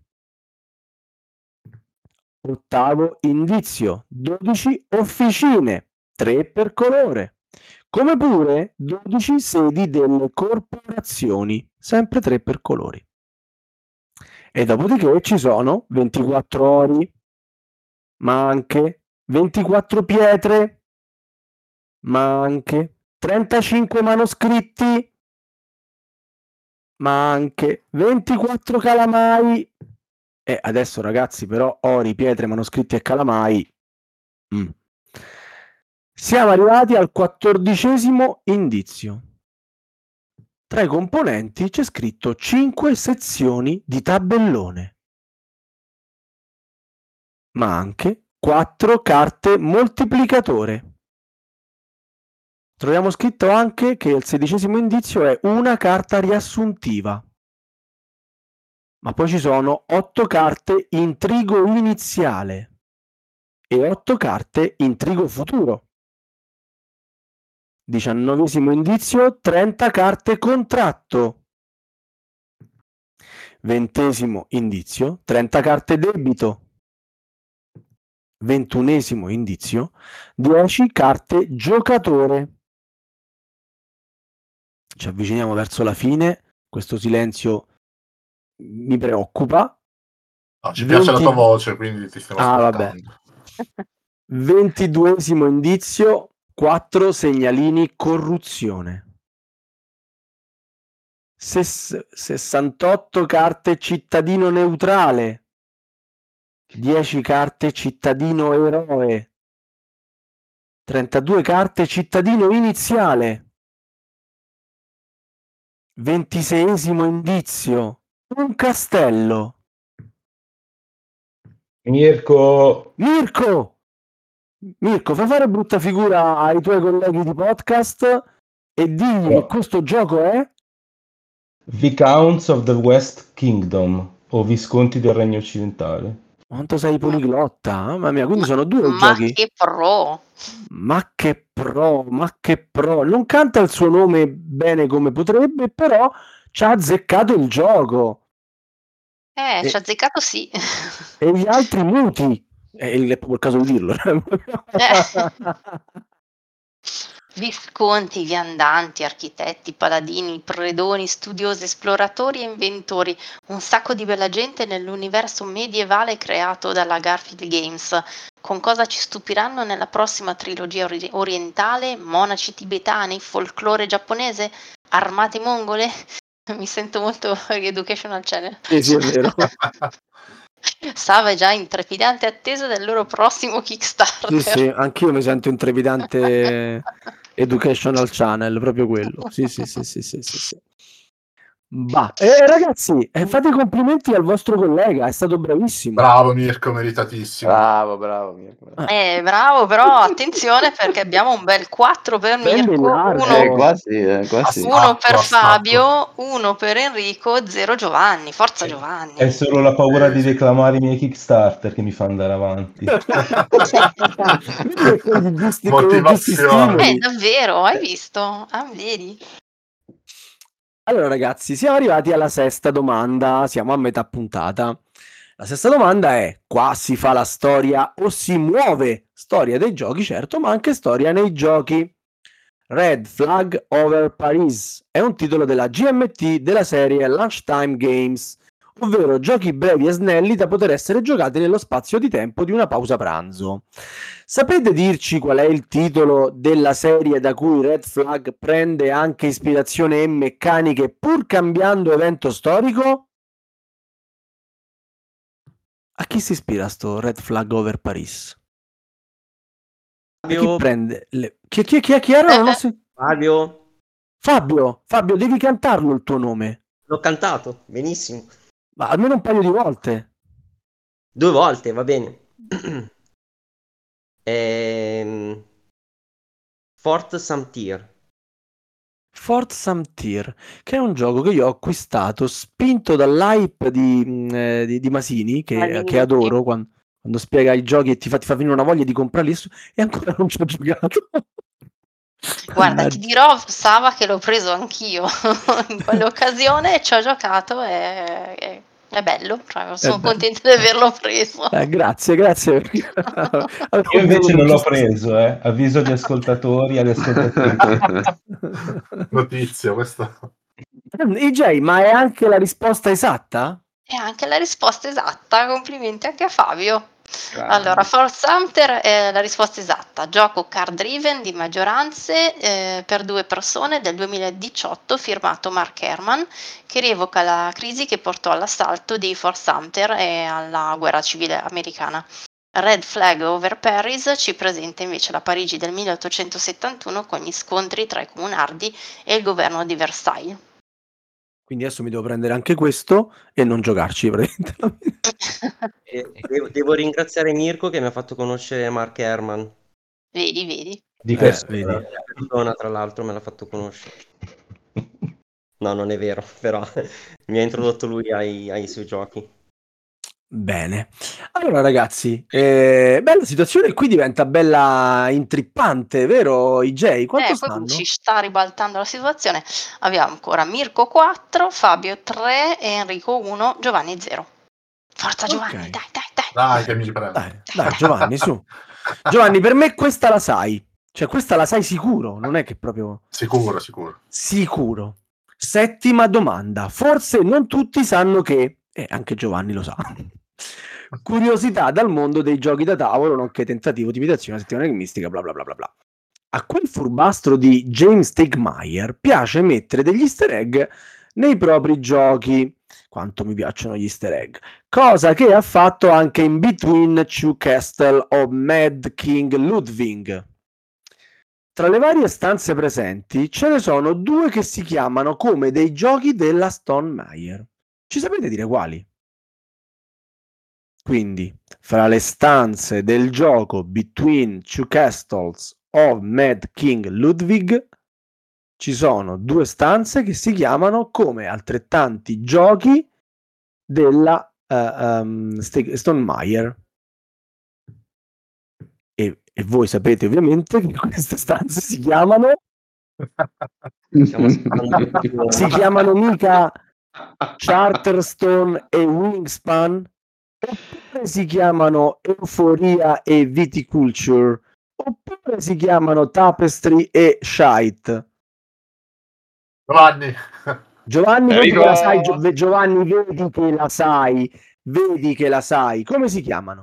Ottavo indizio, dodici officine, tre per colore. Come pure dodici sedi delle corporazioni, sempre tre per colori. E dopodiché ci sono ventiquattro ori, ma anche ventiquattro pietre, ma anche trentacinque manoscritti, ma anche ventiquattro calamai. E adesso, ragazzi, però ori, pietre, manoscritti e calamai. Mm. Siamo arrivati al quattordicesimo indizio. Tra i componenti c'è scritto cinque sezioni di tabellone, ma anche quattro carte moltiplicatore. troviamo scritto anche che il sedicesimo indizio è una carta riassuntiva. Ma poi ci sono otto carte intrigo iniziale e otto carte intrigo futuro. Diciannovesimo indizio, trenta carte contratto. Ventesimo indizio, trenta carte debito. Ventunesimo indizio, dieci carte giocatore. Ci avviciniamo verso la fine, questo silenzio mi preoccupa. No, ci piace la venti tua voce, quindi ti stiamo Ah, ascoltando. ventiduesimo indizio, quattro segnalini corruzione. Ses- sessantotto carte cittadino neutrale. dieci carte cittadino eroe. trentadue carte cittadino iniziale. ventiseiesimo indizio, un castello. Mirko, Mirko! Mirko, fai fare brutta figura ai tuoi colleghi di podcast e digli che Oh. questo gioco è Viscounts of the West Kingdom, o Visconti del Regno Occidentale. quanto sei poliglotta, mamma mia, quindi Ma- sono due i Ma giochi. che pro! Ma che pro, ma che pro. Non canta il suo nome bene come potrebbe, però ci ha azzeccato il gioco. Eh, E- ci ha azzeccato sì. E gli altri muti. È il- è proprio il caso di dirlo. Visconti, viandanti, architetti, paladini, predoni, studiosi, esploratori e inventori, un sacco di bella gente nell'universo medievale creato dalla Garfield Games. Con cosa ci stupiranno nella prossima trilogia ori- orientale? Monaci tibetani, folklore giapponese, armate mongole? Mi sento molto Educational Channel. Sì, sì, è vero. Sava è già in trepidante attesa del loro prossimo Kickstarter. Sì, sì, anch'io mi sento un trepidante Educational Channel, proprio quello. Sì, sì, sì, sì, sì, sì, sì. Bah. Eh, ragazzi, eh, fate i complimenti al vostro collega, è stato bravissimo. Bravo Mirko, meritatissimo. Bravo, bravo. Mirko. Eh, bravo, però attenzione perché abbiamo un bel quattro per Bello Mirko, largo. uno, Eh, qua sì, eh, qua sì. uno per Astratto, astratto. Fabio, uno per Enrico, zero Giovanni. Forza Giovanni. È solo la paura Eh, di sì. declamare i miei Kickstarter che mi fa andare avanti. Vedi con i giusti, con i giusti Motivazione. Eh, stimoli. davvero, hai visto? Ah, vedi? Allora ragazzi, siamo arrivati alla sesta domanda, siamo a metà puntata. La sesta domanda è: qua si fa la storia o si muove? Storia dei giochi, certo, ma anche storia nei giochi. Red Flag Over Paris è un titolo della G M T della serie Lunchtime Games, ovvero giochi brevi e snelli da poter essere giocati nello spazio di tempo di una pausa pranzo. Sapete dirci qual è il titolo della serie da cui Red Flag prende anche ispirazione e meccaniche pur cambiando evento storico? A chi si ispira sto Red Flag Over Paris? A chi Fabio, prende le... Chi, chi, chi, chi era? Non ho sen- Fabio, Fabio, Fabio, devi cantarlo il tuo nome, l'ho cantato, benissimo. ma almeno un paio di volte. Due volte, va bene. Ehm, Fort Sumter. Fort Sumter, che è un gioco che io ho acquistato spinto dall'hype di, mh, eh, di, di Masini, che, All'inizio. che adoro quando, quando spiega i giochi e ti fa, ti fa venire una voglia di comprarli, e ancora non ci ho giocato. Guarda, ti dirò, Sava, che l'ho preso anch'io in quell'occasione e ci ho giocato e è, è bello, cioè, sono bello. contenta di averlo preso. Eh, grazie, grazie. perché- Io invece non l'ho preso, eh. Avviso agli ascoltatori e alle ascoltatrici. Notizia, questa. E J, ma è anche la risposta esatta? E anche la risposta esatta, complimenti anche a Fabio. Grande. Allora, Fort Sumter è la risposta esatta, gioco card driven di maggioranze eh, per due persone del duemiladiciotto firmato Mark Herman, che rievoca la crisi che portò all'assalto di Fort Sumter e alla guerra civile americana. Red Flag Over Paris ci presenta invece la Parigi del milleottocentosettantuno con gli scontri tra i comunardi e il governo di Versailles. Quindi adesso mi devo prendere anche questo e non giocarci praticamente. E devo, devo ringraziare Mirko che mi ha fatto conoscere Mark Herman. Vedi, vedi. Di Eh, persona. vedi. La persona, tra l'altro, me l'ha fatto conoscere. No, non è vero, però mi ha introdotto lui ai, ai suoi giochi. Bene. Allora ragazzi, eh, bella situazione, qui diventa bella intrippante, vero I J? Quanto Eh, poi stanno? ci sta ribaltando la situazione. Abbiamo ancora Mirko quattro, Fabio tre, Enrico uno, Giovanni zero. Forza Giovanni, Ok. dai, dai, dai. Dai, che mi prendo. Dai, dai Giovanni, su. Giovanni, per me questa la sai. Cioè questa la sai sicuro, non è che proprio... Sicuro, sicuro. Sicuro. Settima domanda. Forse non tutti sanno che... E anche Giovanni lo sa. Curiosità dal mondo dei giochi da tavolo, nonché tentativo di imitazione a settimana mistica, bla bla bla bla bla. A quel furbastro di James Stegmaier piace mettere degli easter egg nei propri giochi. Quanto mi piacciono gli easter egg. Cosa che ha fatto anche in Between Two Castle of Mad King Ludwig. Tra le varie stanze presenti ce ne sono due che si chiamano come dei giochi della Stone Meyer. Ci sapete dire quali? Quindi, fra le stanze del gioco Between Two Castles of Mad King Ludwig ci sono due stanze che si chiamano come altrettanti giochi della uh, um, Stone Meyer. E, e voi sapete ovviamente che queste stanze si chiamano si chiamano mica Charterstone e Wingspan, oppure si chiamano Euforia e Viticulture, oppure si chiamano Tapestry e Shite. Giovanni. Giovanni, vedi Enrico! che la sai, Gio- Giovanni, vedi che la sai, vedi che la sai. Come si chiamano?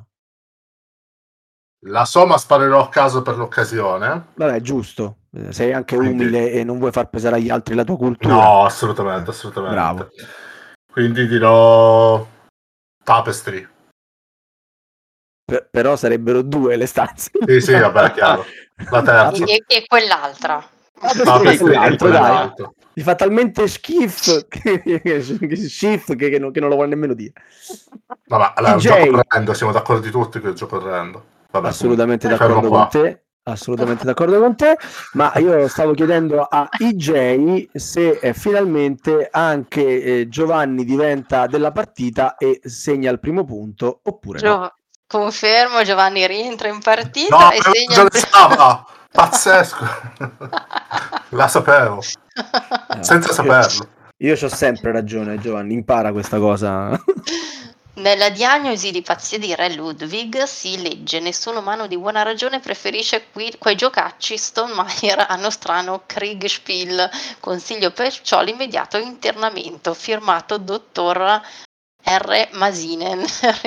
La somma sparerò a caso per l'occasione. Vabbè, giusto. Eh, Sei anche Quindi- umile e non vuoi far pesare agli altri la tua cultura. No, assolutamente, assolutamente. Bravo. Quindi dirò Tapestry. Per- però sarebbero due le stanze. Sì, sì, vabbè, chiaro. La terza. E, e quell'altra. Tapestry Tapestry è l'altro, e dai. quell'altro. Mi fa talmente schifo che, che, che, schifo che, che non, che non lo vuole nemmeno dire. Vabbè, allora, un D J. gioco orrendo, siamo d'accordo tutti che è un gioco orrendo. Vabbè, Assolutamente comunque, d'accordo fermo con qua. te. Assolutamente d'accordo con te, ma io stavo chiedendo a I J se eh, finalmente anche eh, Giovanni diventa della partita e segna il primo punto oppure no. Gio- confermo, Giovanni rientra in partita No, e già segna le stava! Pazzesco! La sapevo, Eh, senza io- saperlo. Io ho sempre ragione, Giovanni, impara questa cosa. Nella diagnosi di pazzia di Re Ludwig si legge: nessun umano di buona ragione preferisce qui, quei giocacci. Stone Meyer a nostrano Kriegspiel. Consiglio perciò l'immediato internamento. Firmato dottor R. Masinen.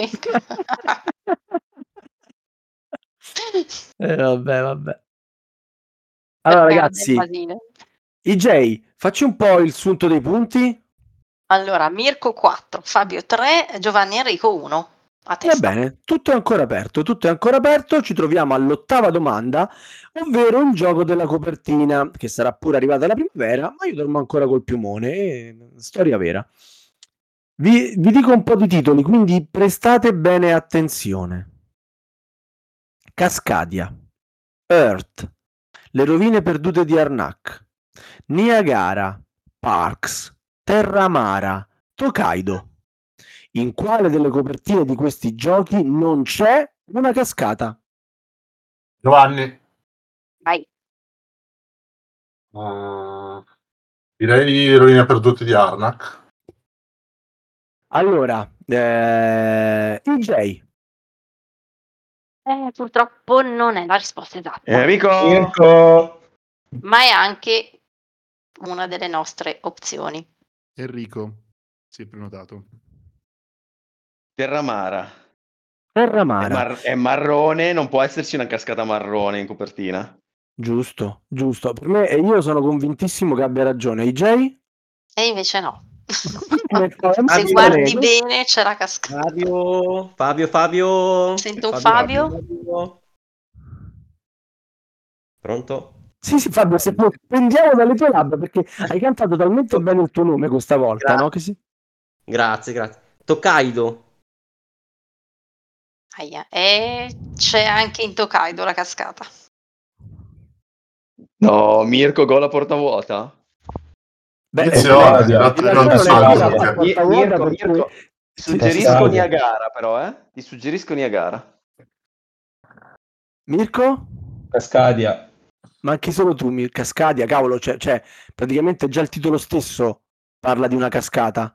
Eh, vabbè, vabbè. Allora, ragazzi, Masinen. I J, facci un po' il sunto dei punti. Allora, Mirko quattro, Fabio tre, Giovanni Enrico uno. A Va testa. bene, tutto è ancora aperto, tutto è ancora aperto. Ci troviamo all'ottava domanda, ovvero il gioco della copertina, che sarà pure arrivata la primavera, ma io dormo ancora col piumone. eh, storia vera. Vi, vi dico un po' di titoli, quindi prestate bene attenzione. Cascadia, Earth, Le rovine perdute di Arnak, Niagara, Parks, Terramara, Tokaido. In quale delle copertine di questi giochi non c'è una cascata? Giovanni, Vai. uh, direi Rovine perdute di Arnak. Allora, eh, I J, Eh, purtroppo non è la risposta esatta, Enrico! Mirko, ma è anche una delle nostre opzioni. Enrico, si è prenotato. Terramara. È, Terramara. mar- è marrone, non può esserci una cascata marrone in copertina. Giusto, giusto. Per me, e io sono convintissimo che abbia ragione. I J? E invece no. Come fa? È Se molto guardi bene. bene c'è la cascata. Fabio, Fabio, Fabio. Sento un Fabio. Fabio. Pronto? Sì, sì, Fabio, se puoi, prendiamo dalle tue labbra perché hai cantato talmente bene il tuo nome questa volta, Grazie. no? Che sì. Grazie, grazie. Tokaido. Aia. E c'è anche in Tokaido la cascata. No, Mirko, gol a porta vuota? Beh, Attenzione, in la- realtà non non ci è sono ancora punti. a porta vuota Mirko, perché Mirko, si- suggerisco Cascadia. Niagara però, eh? Ti suggerisco Niagara. Mirko? Cascadia. Ma anche solo tu, Mir- Cascadia, cavolo, cioè, cioè, praticamente già il titolo stesso parla di una cascata.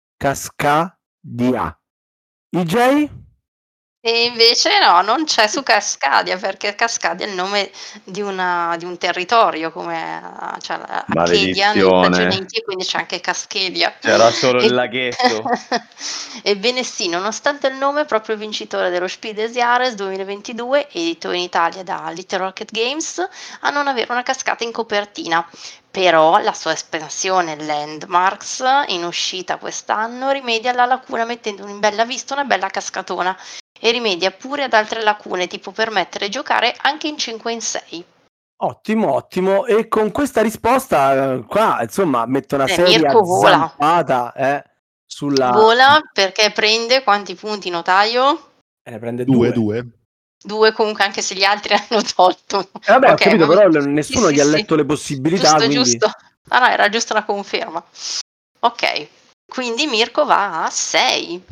Cascadia. I J? E invece no, non c'è su Cascadia, perché Cascadia è il nome di, una, di un territorio, come cioè, Acadia negli Stati Maledizione. Uniti, e quindi c'è anche Caschedia. C'era solo E- il laghetto. Ebbene sì, nonostante il nome, proprio il vincitore dello Spiel des Jahres duemilaventidue, edito in Italia da Little Rocket Games, a non avere una cascata in copertina. Però la sua espansione Landmarks, in uscita quest'anno, rimedia alla lacuna mettendo in bella vista una bella cascatona e rimedia pure ad altre lacune, tipo permettere di giocare anche in cinque in sei. Ottimo, ottimo. E con questa risposta, eh, qua, insomma, metto una Eh, seria Mirko vola. zampata eh, sulla... Vola perché prende quanti punti notaio? Eh, ne prende Due, due. due. Due comunque, anche se gli altri hanno tolto. Eh, vabbè, ho Ok, capito, va però bene. l- Sì, nessuno sì, gli ha sì. letto le possibilità, Giusto, quindi... giusto. Ah no, era giusto la conferma. Ok, quindi Mirko va a sei.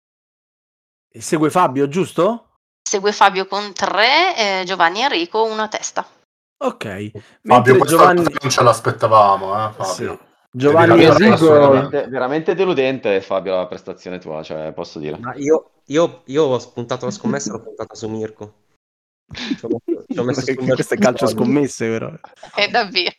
E segue Fabio, giusto? Segue Fabio con tre, eh, Giovanni e Enrico una a testa. Ok. Fabio, Mentre questa Giovanni... non ce l'aspettavamo, eh, Fabio. Sì. Devi Giovanni lavorare Enrico... assolutamente. Veramente, veramente deludente, Fabio, la prestazione tua, cioè, posso dire. Ma io, io, io ho spuntato la scommessa, l'ho puntata su Mirko. Ci ho messo, ci ho messo su un bel Questo è calcio soldi. scommesse, però. È davvero.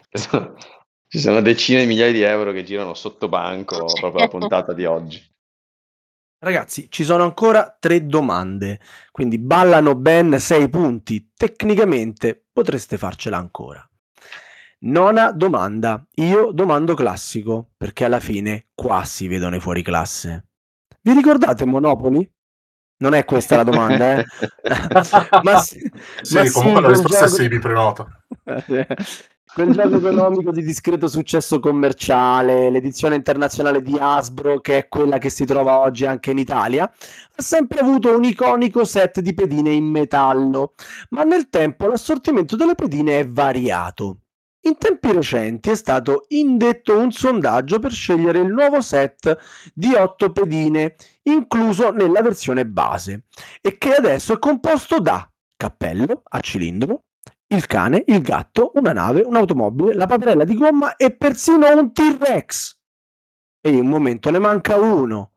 Ci sono decine di migliaia di euro che girano sotto banco proprio la puntata di oggi. Ragazzi, ci sono ancora tre domande, quindi ballano ben sei punti. Tecnicamente potreste farcela ancora. Nona domanda. Io domando classico, perché alla fine qua si vedono i fuori classe. Vi ricordate Monopoli? Non è questa la domanda, eh? ma sì, Sì, ma sì, comunque la quel risposta è gioco... sì, mi prenoto. Quel gioco economico di discreto successo commerciale, l'edizione internazionale di Hasbro, che è quella che si trova oggi anche in Italia, ha sempre avuto un iconico set di pedine in metallo, ma nel tempo l'assortimento delle pedine è variato. In tempi recenti è stato indetto un sondaggio per scegliere il nuovo set di otto pedine, incluso nella versione base, e che adesso è composto da cappello a cilindro, il cane, il gatto, una nave, un'automobile, la paperella di gomma e persino un T-Rex. E in un momento ne manca uno.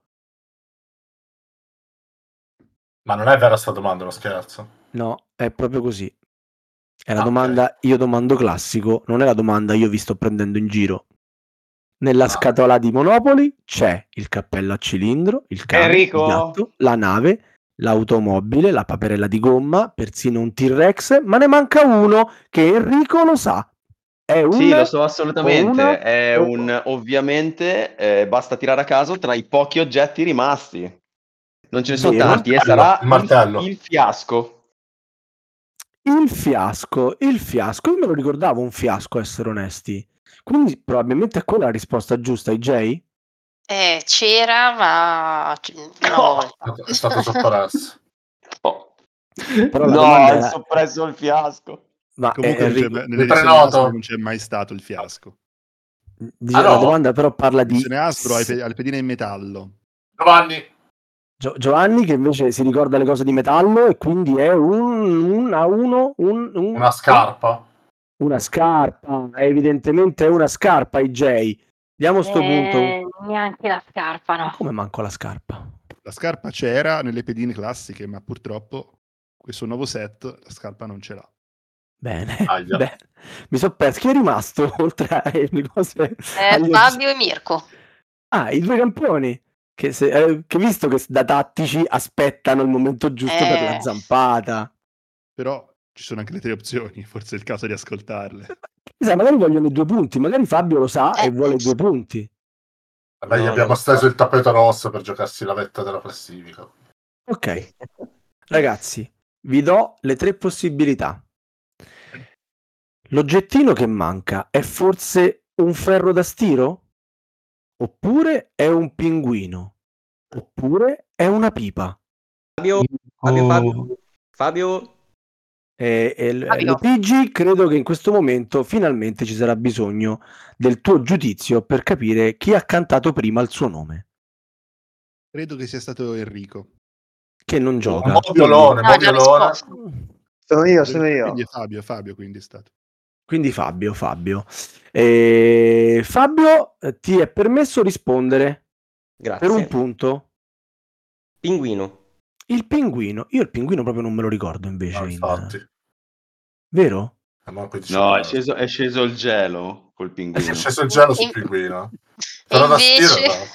Ma non è vera sta domanda, è uno scherzo. No, è proprio così. È la Ah, domanda ok. io domando classico, non è la domanda io vi sto prendendo in giro. Nella Ah. scatola di Monopoli c'è il cappello a cilindro, il cane, Enrico? il gatto, la nave, l'automobile, la paperella di gomma, persino un T-Rex, ma ne manca uno che Enrico lo sa. È un... Sì, lo so o assolutamente. una- È o- un ovviamente eh, basta tirare a caso tra i pochi oggetti rimasti. Non ce ne sono Vero? tanti, e Martello, sarà il martello. il, il fiasco. Il fiasco, il fiasco, io me lo ricordavo un fiasco, essere onesti. Quindi probabilmente è quella la risposta giusta, I J? Eh, c'era, ma c- una Oh, volta. È stato soppresso. oh. Però la No, domanda hai era... soppresso il fiasco. Ma Comunque eh, non c'è, Enrico, nelle Mi edizioni prenoto. Hasbro non c'è mai stato il fiasco. dice- Ah, la no? domanda però parla di L'edizione Hasbro ha le pe- ha le pedine in metallo. Giovanni, Gio- Giovanni che invece si ricorda le cose di metallo e quindi è un, un a uno, un, un- una scarpa. una scarpa, è evidentemente una scarpa, I J. Diamo sto punto. Eh, neanche la scarpa, no. Come manco la scarpa? La scarpa c'era nelle pedine classiche, ma purtroppo questo nuovo set la scarpa non ce l'ha. Bene, Aia. bene. Mi sono perso. Chi è rimasto oltre alle cose? Eh, agli- Fabio e Mirko. Ah, i due campioni. Che, se, eh, che visto che da tattici aspettano il momento giusto per la Eh. zampata. Però ci sono anche le tre opzioni, forse è il caso di ascoltarle. Chissà, magari vogliono i due punti, magari Fabio lo sa Eh. e vuole i due punti. Vabbè, gli No, abbiamo no. steso il tappeto rosso per giocarsi la vetta della classifica. Ok, ragazzi, vi do le tre possibilità. L'oggettino che manca è forse un ferro da stiro? Oppure è un pinguino? Oppure è una pipa? Fabio, Fabio, Fabio, Fabio, E, e l- Fabio. Luigi, credo che in questo momento finalmente ci sarà bisogno del tuo giudizio per capire chi ha cantato prima il suo nome, Credo che sia stato Enrico. che non Un gioca. moviolone, No, già moviolone. risposto. Quindi, Sono io, sono io. Quindi è Fabio, Fabio quindi è stato. quindi Fabio, Fabio. E Fabio, eh, ti è permesso rispondere per un Grazie. punto. Pinguino. Il pinguino, io il pinguino proprio non me lo ricordo invece. No, in- infatti. Vero? Eh, ma poi No, diciamo- è sceso, è sceso il gelo col pinguino. È sceso il gelo sul E- pinguino. E Però da invece... stiro,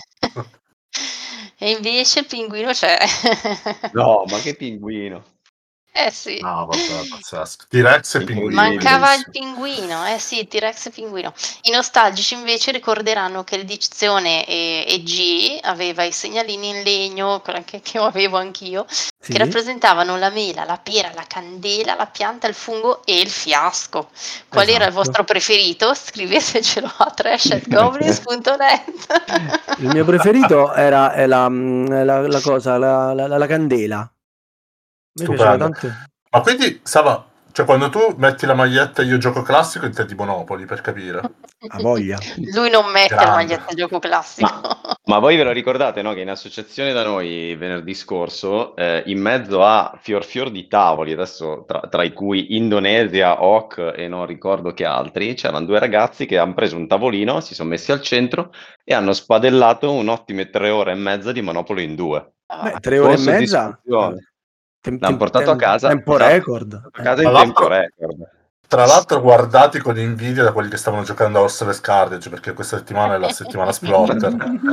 e invece il pinguino c'è. No, ma che pinguino. Eh sì. no, vabbè, pazzesco. T-Rex e pinguino. Mancava il bellissimo. pinguino, eh sì, T-Rex e pinguino. I nostalgici invece ricorderanno che l'edizione E, e G aveva i segnalini in legno, quello che, che avevo anch'io, Sì. che rappresentavano la mela, la pera, la candela, la pianta, il fungo e il fiasco. Qual era il Esatto. vostro preferito? Scrivetecelo a trash at goblins punto net. Il mio preferito era è la, mm, la, la cosa, la, la, la candela. Mi piaceva Stupendo. tanto. Ma quindi, Sava, cioè quando tu metti la maglietta io gioco classico intendi Monopoli, per capire. A voglia. Lui non mette la Grande. maglietta gioco classico. Ma voi ve lo ricordate, no? Che in associazione da noi venerdì scorso, eh, in mezzo a fior fior di tavoli, adesso tra, tra i cui Indonesia, O C e non ricordo che altri, c'erano due ragazzi che hanno preso un tavolino, si sono messi al centro e hanno spadellato un'ottime tre ore e mezza di Monopolo in due. Beh, tre ore e Con mezza. soddisfazione. Tem- L'hanno tem- portato a tem- casa, Tempo esatto, record. a casa Eh. in Tra tempo l'altro- record. Tra l'altro guardati con invidia da quelli che stavano giocando a Horseless Carnage, perché questa settimana è la settimana Splotter.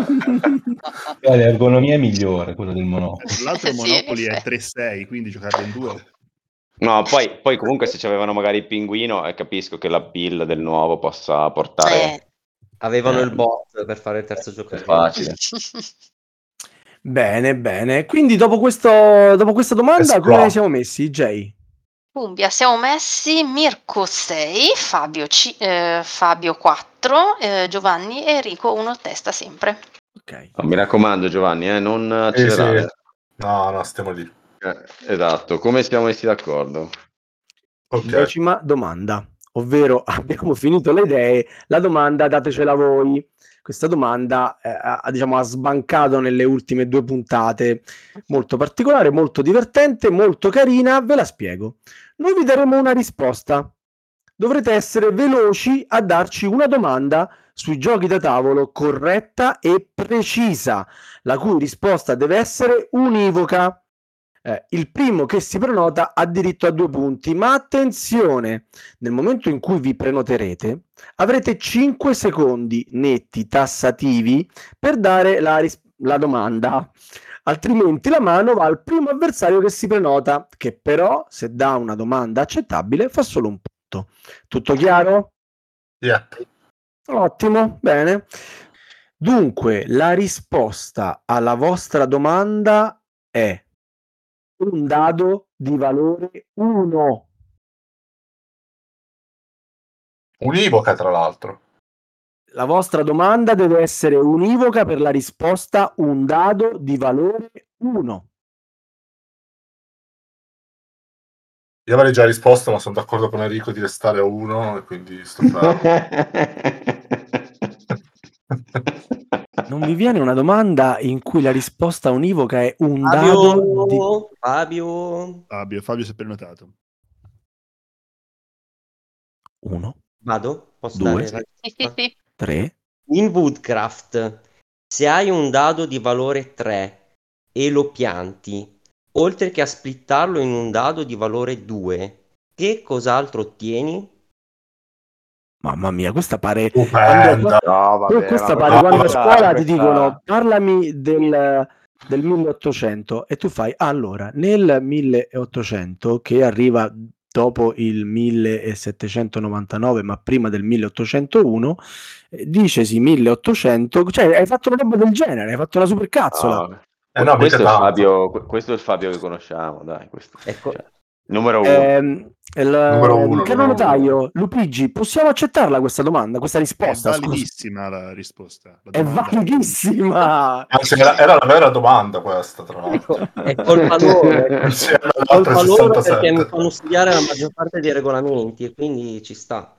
Eh, L'ergonomia è migliore, quella del Monopolo. Tra l'altro Sì, Monopoli in è effetti. tre sei, quindi giocarlo in due. No, poi, poi comunque se c'avevano magari il pinguino, eh, capisco che la build del nuovo possa portare... Eh. Avevano Eh. il bot per fare il terzo È giocatore. facile. Bene, bene. Quindi dopo, questo, dopo questa domanda, Esplode. come siamo messi, Jay? Cumbia, siamo messi Mirko sei, Fabio, C- eh, Fabio quattro, eh, Giovanni e Enrico uno a testa sempre. Ok. Oh, mi raccomando Giovanni, eh, non Sì, accelerare. sì. No, no, stiamo lì. Eh, esatto, come siamo messi d'accordo? Ok. Decima domanda, ovvero abbiamo finito le idee, la domanda datecela voi. Questa domanda eh, ha, diciamo, ha sbancato nelle ultime due puntate, molto particolare, molto divertente, molto carina, ve la spiego. Noi vi daremo una risposta. Dovrete essere veloci a darci una domanda sui giochi da tavolo corretta e precisa, la cui risposta deve essere univoca. Eh, il primo che si prenota ha diritto a due punti, ma attenzione, nel momento in cui vi prenoterete avrete cinque secondi netti tassativi per dare la, ris- la domanda, altrimenti la mano va al primo avversario che si prenota, che però se dà una domanda accettabile fa solo un punto. Tutto chiaro? Yep. Ottimo, bene. Dunque, la risposta alla vostra domanda è un dado di valore uno. Univoca, tra l'altro. La vostra domanda deve essere univoca per la risposta un dado di valore uno. Io avrei già risposto, ma sono d'accordo con Enrico di restare a uno, e quindi sto fermo. Non mi viene una domanda in cui la risposta univoca è un dado di... Fabio, Fabio, Fabio, Fabio si è prenotato. Uno, vado? Posso Due. dare la Sì, sì, sì. tre. In Woodcraft, se hai un dado di valore tre e lo pianti, oltre che a splittarlo in un dado di valore due, che cos'altro ottieni? Mamma mia, questa pare... Stupenda. No, Però vabbè, questa ma pare no, quando a questa- scuola ti questa- dicono parlami del, del milleottocento e tu fai allora nel milleottocento che arriva dopo il millesettecentonovantanove ma prima del milleottocentouno, eh, dicesi milleottocento, cioè hai fatto una roba del genere, hai fatto una supercazzola. No. Eh no, questo, è mica il tanto. Fabio, questo è il Fabio che conosciamo, dai. Questo, Ecco, cioè. Numero uno. Ehm, il, Numero uno, Carlo numero Notaio, Lupigi, possiamo accettarla questa domanda, questa È risposta? Scusa. validissima la risposta. La È domanda- validissima! Anzi, era, era la vera domanda questa, tra l'altro. È colpa loro, è Insieme alle colpa altre loro perché mi sessantasette. fanno studiare la maggior parte dei regolamenti e quindi ci sta.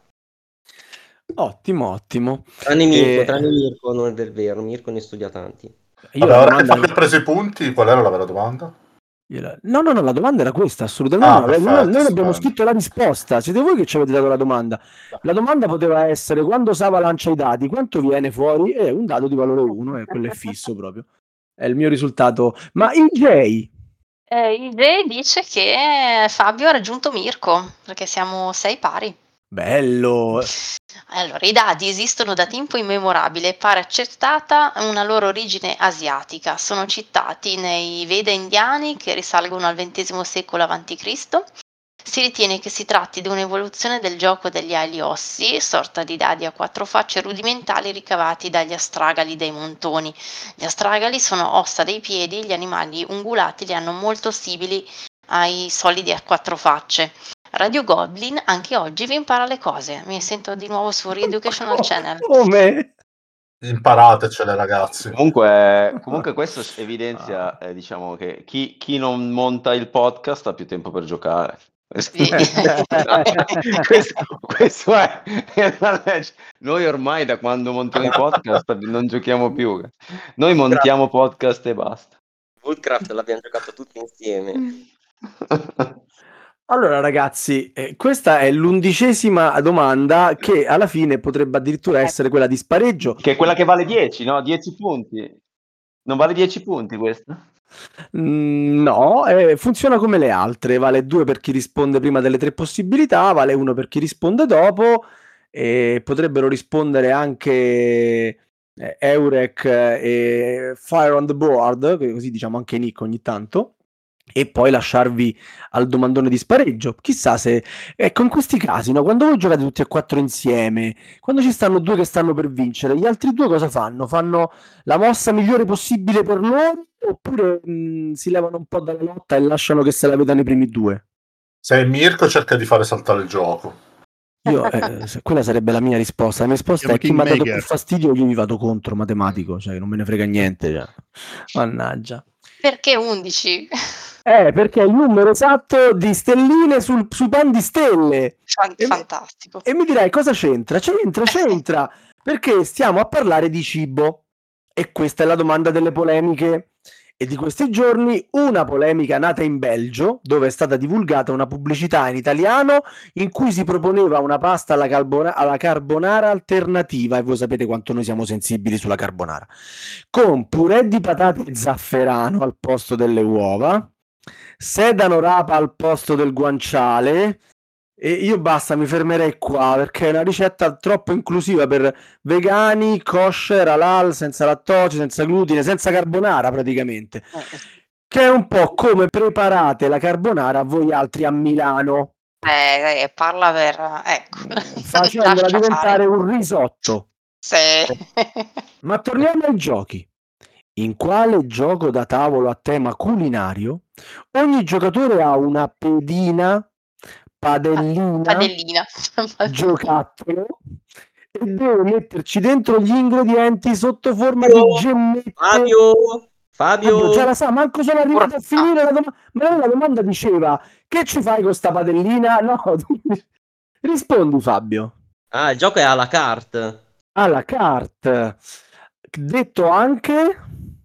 Ottimo, ottimo. Tranne Mirko, Eh, tranne Mirko non è del vero, Mirko ne studia tanti. io Vabbè, la ora che domanda... Fabio ha preso i punti, qual era la vera domanda? io la- No, no, no, la domanda era questa, assolutamente. Ah, no. perfetto, Noi, noi abbiamo stupendo. scritto la risposta, siete voi che ci avete dato la domanda. La domanda poteva essere: quando Sava lancia i dati, quanto viene fuori? È un dato di valore uno, e quello è fisso proprio. È il mio risultato. Ma I J, Eh, il J dice che Fabio ha raggiunto Mirko, perché siamo sei pari. bello. Allora, i dadi esistono da tempo immemorabile e pare accertata una loro origine asiatica. Sono citati nei Veda indiani che risalgono al ventesimo secolo avanti Cristo. Si ritiene che si tratti di un'evoluzione del gioco degli Aliossi, sorta di dadi a quattro facce rudimentali ricavati dagli astragali dei montoni. Gli astragali sono ossa dei piedi, gli animali ungulati li hanno molto simili ai solidi a quattro facce. Radio Goblin anche oggi vi impara le cose. Mi sento di nuovo su Re-Educational Channel. Come? Imparatecele, ragazzi. Comunque, comunque questo evidenzia, eh, diciamo, che chi, chi non monta il podcast ha più tempo per giocare. Sì. questo, questo è, è la legge. Noi ormai da quando montiamo i podcast non giochiamo più. Noi montiamo podcast e basta. Woodcraft l'abbiamo giocato tutti insieme. Allora, ragazzi, eh, questa è l'undicesima domanda, che alla fine potrebbe addirittura essere quella di spareggio. Che è quella che vale dieci, no? dieci punti. Non vale dieci punti questa? Mm, no, eh, funziona come le altre, vale due per chi risponde prima delle tre possibilità, vale uno per chi risponde dopo, e potrebbero rispondere anche eh, Eurek e Fire on the Board, che così diciamo anche Nick ogni tanto, e poi lasciarvi al domandone di spareggio. Chissà se, ecco, in questi casi, no, quando voi giocate tutti e quattro insieme, quando ci stanno due che stanno per vincere, gli altri due cosa fanno? Fanno la mossa migliore possibile per loro, oppure mh, si levano un po' dalla lotta e lasciano che se la vedano i primi due? Se Mirko cerca di fare saltare il gioco. Io, eh, se- quella sarebbe la mia risposta. La mia risposta Siamo è: chi mi ha dato Kingmaker. più fastidio, io vi vado contro, matematico, cioè non me ne frega niente. Cioè. Mannaggia. Perché undici? Eh, perché è il numero esatto di stelline sul, su pan di stelle. Fan- E mi- fantastico. E mi direi, cosa c'entra? C'entra, c'entra, perché stiamo a parlare di cibo. E questa è la domanda delle polemiche. E di questi giorni una polemica nata in Belgio, dove è stata divulgata una pubblicità in italiano in cui si proponeva una pasta alla, carbona- alla carbonara alternativa, e voi sapete quanto noi siamo sensibili sulla carbonara, con purè di patate e zafferano al posto delle uova, sedano rapa al posto del guanciale. E io basta, mi fermerei qua, perché è una ricetta troppo inclusiva per vegani, kosher, halal, senza lattosio, senza glutine, senza carbonara praticamente. Che è un po' come preparate la carbonara voi altri a Milano, Eh, eh, parla per... Ecco. facendola Lascia diventare fare. un risotto. Sì. Ma torniamo ai giochi. In quale gioco da tavolo a tema culinario ogni giocatore ha una pedina, padellina, Padellina. giocattolo e deve metterci dentro gli ingredienti sotto forma Fabio, di gemmette? Fabio, Fabio già Fabio, la sa, manco sono arrivato a Porca. finire la domanda. Ma non la domanda diceva: che ci fai con sta padellina? No, tu- rispondi, Fabio. ah, il gioco è à la carte. Alla carte, detto anche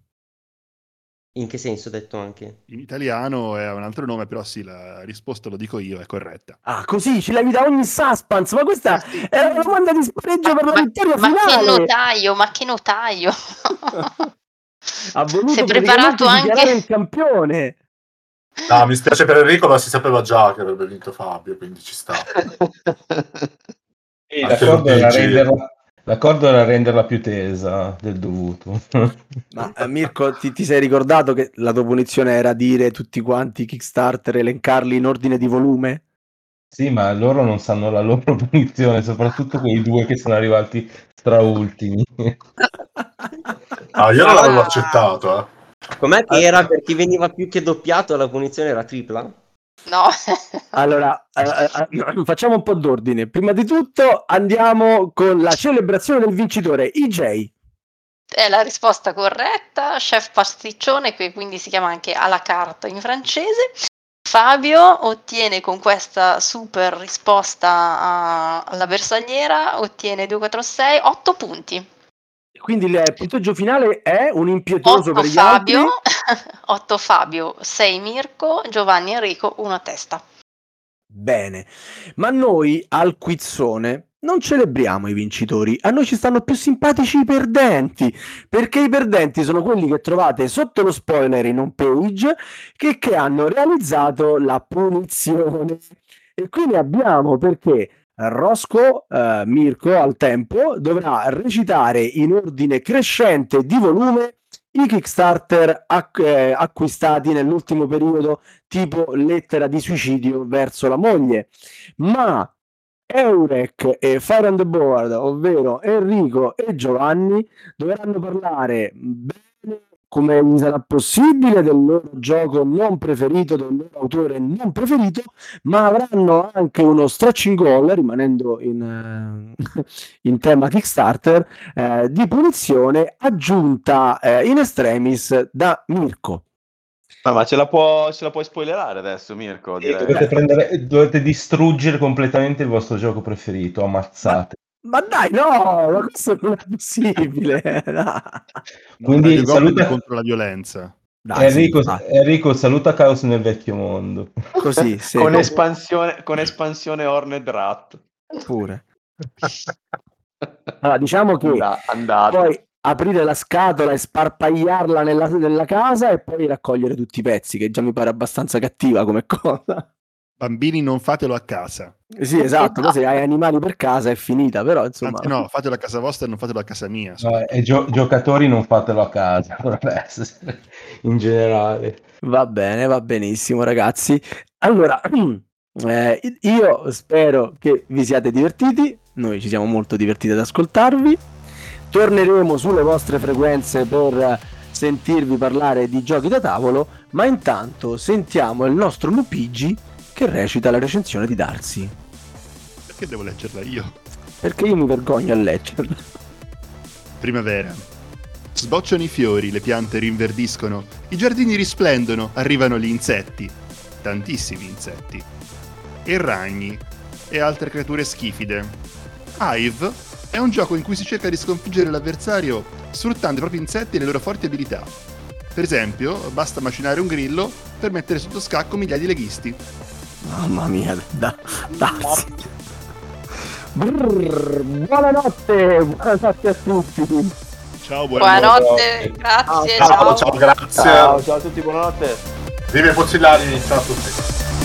In che senso ho detto anche? In italiano è un altro nome, però sì, la risposta lo dico io, è corretta. ah, così ci levi da ogni suspense. Ma questa Ah, sì. è una domanda di spareggio per la Ma, vittoria ma che finale. notaio, ma che notaio. Ha voluto Si è preparato praticamente dichiarare anche... il campione. No, mi spiace per Enrico, ma si sapeva già che avrebbe vinto Fabio, quindi ci sta. Sì, Anche l'accordo, era Luigi. renderla, l'accordo era renderla più tesa del dovuto. Ma eh, Mirko, ti, ti sei ricordato che la tua punizione era dire tutti quanti i Kickstarter, elencarli in ordine di volume? Sì, ma loro non sanno la loro punizione, soprattutto quei due che sono arrivati straultimi. Ah, io non Ah. l'avevo accettato, eh. Com'è che era per chi veniva più che doppiato la punizione era tripla? No. Allora, eh, eh, facciamo un po' d'ordine. Prima di tutto andiamo con la celebrazione del vincitore, I J. È la risposta corretta, chef pasticcione, che quindi si chiama anche à la carte in francese. Fabio ottiene con questa super risposta a- alla bersagliera, ottiene due, quattro, sei, otto punti. Quindi il punteggio finale è un impietoso otto per gli Fabio, altri. otto Fabio, sei Mirko, Giovanni e Enrico, uno a testa. Bene, ma noi al quizzone non celebriamo i vincitori, a noi ci stanno più simpatici i perdenti, perché i perdenti sono quelli che trovate sotto lo spoiler in home page che, che hanno realizzato la punizione. E qui ne abbiamo perché Rosco, eh, Mirko al tempo, dovrà recitare in ordine crescente di volume i Kickstarter acc- eh, acquistati nell'ultimo periodo, tipo lettera di suicidio verso la moglie. Ma Eurek e Fire on the Board, ovvero Enrico e Giovanni, dovranno parlare bene come gli sarà possibile del loro gioco non preferito, del loro autore non preferito, ma avranno anche uno stretching goal, rimanendo in, eh, in tema Kickstarter, eh, di punizione aggiunta eh, in extremis da Mirko. Ma, ma ce la può, ce la puoi spoilerare adesso, Mirko? E Direi. dovete, prendere, dovete distruggere completamente il vostro gioco preferito, ammazzate. Ma dai, no, ma questo non è possibile. No. Quindi Radio Goblin saluta- contro la violenza. Dai, Enrico, sì, infatti. Enrico, saluta Caos nel vecchio mondo. Così, sì, con, espansione, con espansione Horned Rat. pure. Allora, diciamo che And- andate. poi aprire la scatola e sparpagliarla nella, nella casa e poi raccogliere tutti i pezzi, che già mi pare abbastanza cattiva come cosa. Bambini, non fatelo a casa. Sì, esatto, poi se hai animali per casa è finita, però insomma... Anzi, no, fatelo a casa vostra e non fatelo a casa mia. No, e gio- giocatori non fatelo a casa, in generale. Va bene, va benissimo ragazzi. Allora, eh, io spero che vi siate divertiti, noi ci siamo molto divertiti ad ascoltarvi, torneremo sulle vostre frequenze per sentirvi parlare di giochi da tavolo, ma intanto sentiamo il nostro Lupigi che recita la recensione di Darsi. Perché devo leggerla io? Perché io mi vergogno a leggerla. Primavera. Sbocciano i fiori, le piante rinverdiscono, i giardini risplendono, arrivano gli insetti. Tantissimi insetti. E ragni e altre creature schifide. Hive è un gioco in cui si cerca di sconfiggere l'avversario sfruttando i propri insetti e le loro forti abilità. Per esempio, basta macinare un grillo per mettere sotto scacco migliaia di leghisti. Mamma mia, da, Darsi. Brrr, buonanotte, buonanotte a tutti. Ciao, buonanotte. Buonanotte, grazie, Ciao, ciao. ciao, grazie. Ciao, ciao a tutti, buonanotte. Viva i Puzzillani, ciao a tutti.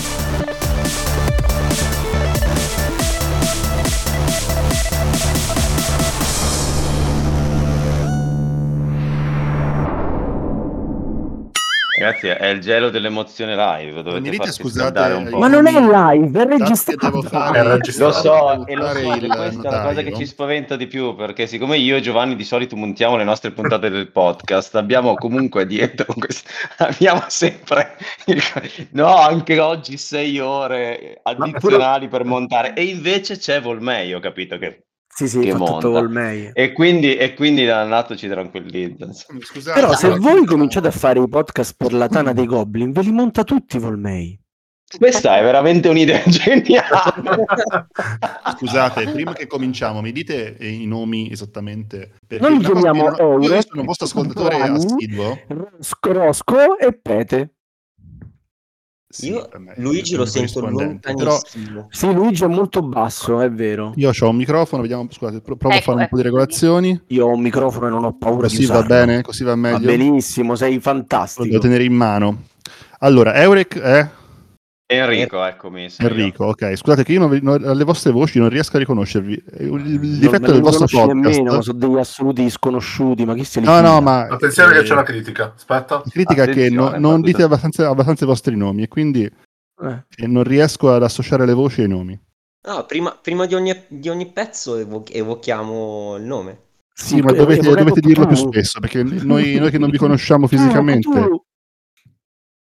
Ragazzi, è il gelo dell'emozione live, dovete Mi dite, farsi scusate, scaldare un po'. Ma non è live, è Dato che registrato. devo fare- È Lo registrato. so, e Devo lo fare so, il e questa è la cosa notaio. che ci spaventa di più, perché siccome io e Giovanni di solito montiamo le nostre puntate del podcast, abbiamo comunque dietro, questo- abbiamo sempre, no, anche oggi sei ore addizionali per montare, e invece c'è Volmei, ho capito che, Sì, sì, che fa tutto monta, col meglio. e quindi, e quindi da un lato ci tranquillizza. insomma. Scusate, Però se ma- voi cominciate a fare i podcast per la Tana dei Goblin, ve li monta tutti Volmei. Questa è veramente un'idea geniale. Scusate, prima che cominciamo, mi dite eh, i nomi esattamente? Perché Noi li una cosa che chiamiamo non- io Eurek, sono un vostro ascoltatore Giovanni, assiduo. Rosco, Rosco e Pete. Sì, Io vabbè, Luigi lo il sento corrispondente. Però lontanissimo. Sì, Luigi è molto basso, è vero. io ho un microfono, vediamo, scusate, pro- provo a Ecco, fare un ecco. po' di regolazioni. Io ho un microfono e non ho paura Così di va usarlo. bene, così va Va meglio. benissimo, sei Lo fantastico. devo tenere in mano. Allora, Eurek è Enrico, eccomi. sono io. Enrico, ok. Scusate che io non vi- non- alle vostre voci non riesco a riconoscervi. Il, il Non difetto me del li vostro conosci nemmeno, podcast. sono degli assoluti sconosciuti, ma chi se li No, fila? no, ma Attenzione eh, che c'è una critica. Aspetta. la critica è che no- Attenzione, non battuta. dite abbastanza, abbastanza i vostri nomi e quindi Eh. eh, non riesco ad associare le voci ai nomi. No, prima, prima di, ogni, di ogni pezzo evo- evochiamo il nome. Sì, ma que- dovete, evocato dovete dirlo più Cthulhu. spesso perché noi, noi che non vi conosciamo fisicamente Cthulhu.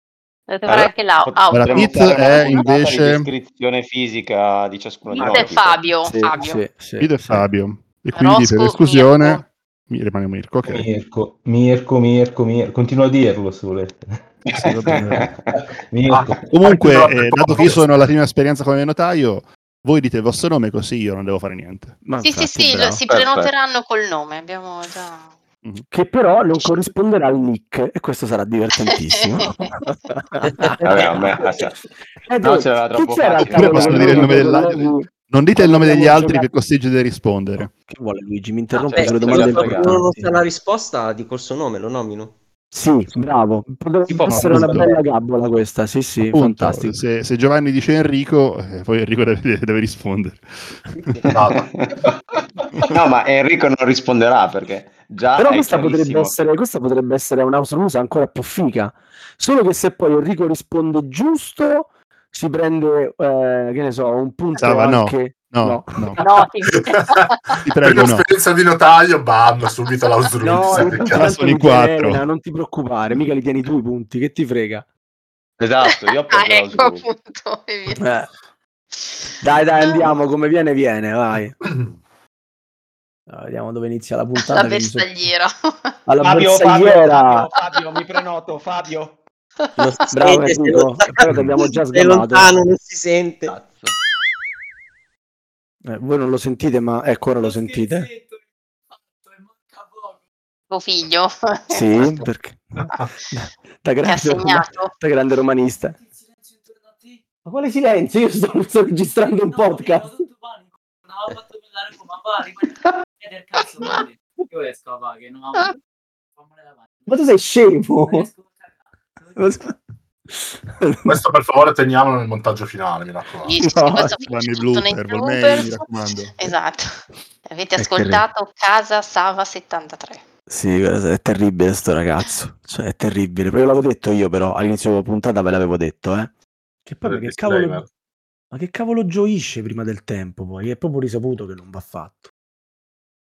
Dovete fare anche l'au- Allora, outro. Pete Potremmo fare è una puntata di invece descrizione fisica di ciascuno di Pete noi. e Fabio. Sì, Fabio. sì, sì, Pete e sì. Fabio. E quindi per Rosco, esclusione Mirko. mi rimane Mirko, ok. Mirko, Mirko, Mirko, Mirko. Continuo a dirlo se volete. Sì, va bene. Mirko. Ah, Comunque, troppe eh, dato cose. che io sono la prima esperienza come notaio, voi dite il vostro nome così io non devo fare niente. Ma Sì, sì, infatti, sì, lo- bravo. si Perfetto. prenoteranno col nome. Abbiamo già. Mhm. Che però non corrisponderà al nick e questo sarà divertentissimo. Vabbè, a me- ah, sì. Eh, No, tu, ce l'aveva chi troppo c'era al facile. Oppure tavolo posso con dire il noi nome quando della... volevi- Non dite il quando nome degli abbiamo altri giocato- per costringere a rispondere. Che vuole Luigi? Mi interrompe Cioè, sulle se domande io qualcuno non importanti. sa la risposta, dico il suo nome, lo nomino. Sì, bravo. Potrebbe Tipo essere una appunto. bella gabbola questa, sì, sì, Appunto, fantastico. se, se Giovanni dice Enrico, eh, poi Enrico deve, deve rispondere. Vado. No, ma Enrico non risponderà perché già Però è questa potrebbe, chiarissimo. essere, questa potrebbe essere una usa ancora più figa. Solo che se poi Enrico risponde giusto, si prende, eh, che ne so, un punto Sava, no. anche... No, no. No, ti- Ti prego, Prima no. esperienza di notaio, bam, subito l'Ausrunti. No, sei i punti piccato. Già tanto sono in li tiene quattro. Elena, non ti preoccupare, mica li tieni tu i punti, che ti frega. Esatto, io ho Ah, preso la ecco Sgru. appunto. e via. Eh. Dai, dai, andiamo, come viene, viene, vai. Allora, vediamo dove inizia la puntata. La che mi so- bersagliera. Alla Fabio, Fabio, bersagliera. Fabio, Fabio, mi prenoto, Fabio. Non si Bravo, sente, sei Enrico. lontano, Però ti abbiamo già sei sgamato. lontano, non si sente. Cazzo. Eh, voi non lo sentite, ma ecco, ora lo sentite. Tuo figlio. Sì, perché da Ti ha grande, segnato. da grande romanista. Ma quale silenzio? Io sto, sto registrando un podcast. Ma tu sei scemo? Questo per favore teniamolo nel montaggio finale, mi raccomando. Sì, sì, No, questo vanno finisce i tutto nei blooper, Volmei, bloopers. mi raccomando. Esatto. Avete È ascoltato Casa Sava settantatré. Sì, è terribile sto ragazzo. Cioè, è terribile. Perché l'avevo detto io, però all'inizio della puntata ve l'avevo detto, eh. Che poi, ma che cavolo, Disclaimer. ma che cavolo gioisce prima del tempo, poi? È proprio risaputo che non va fatto.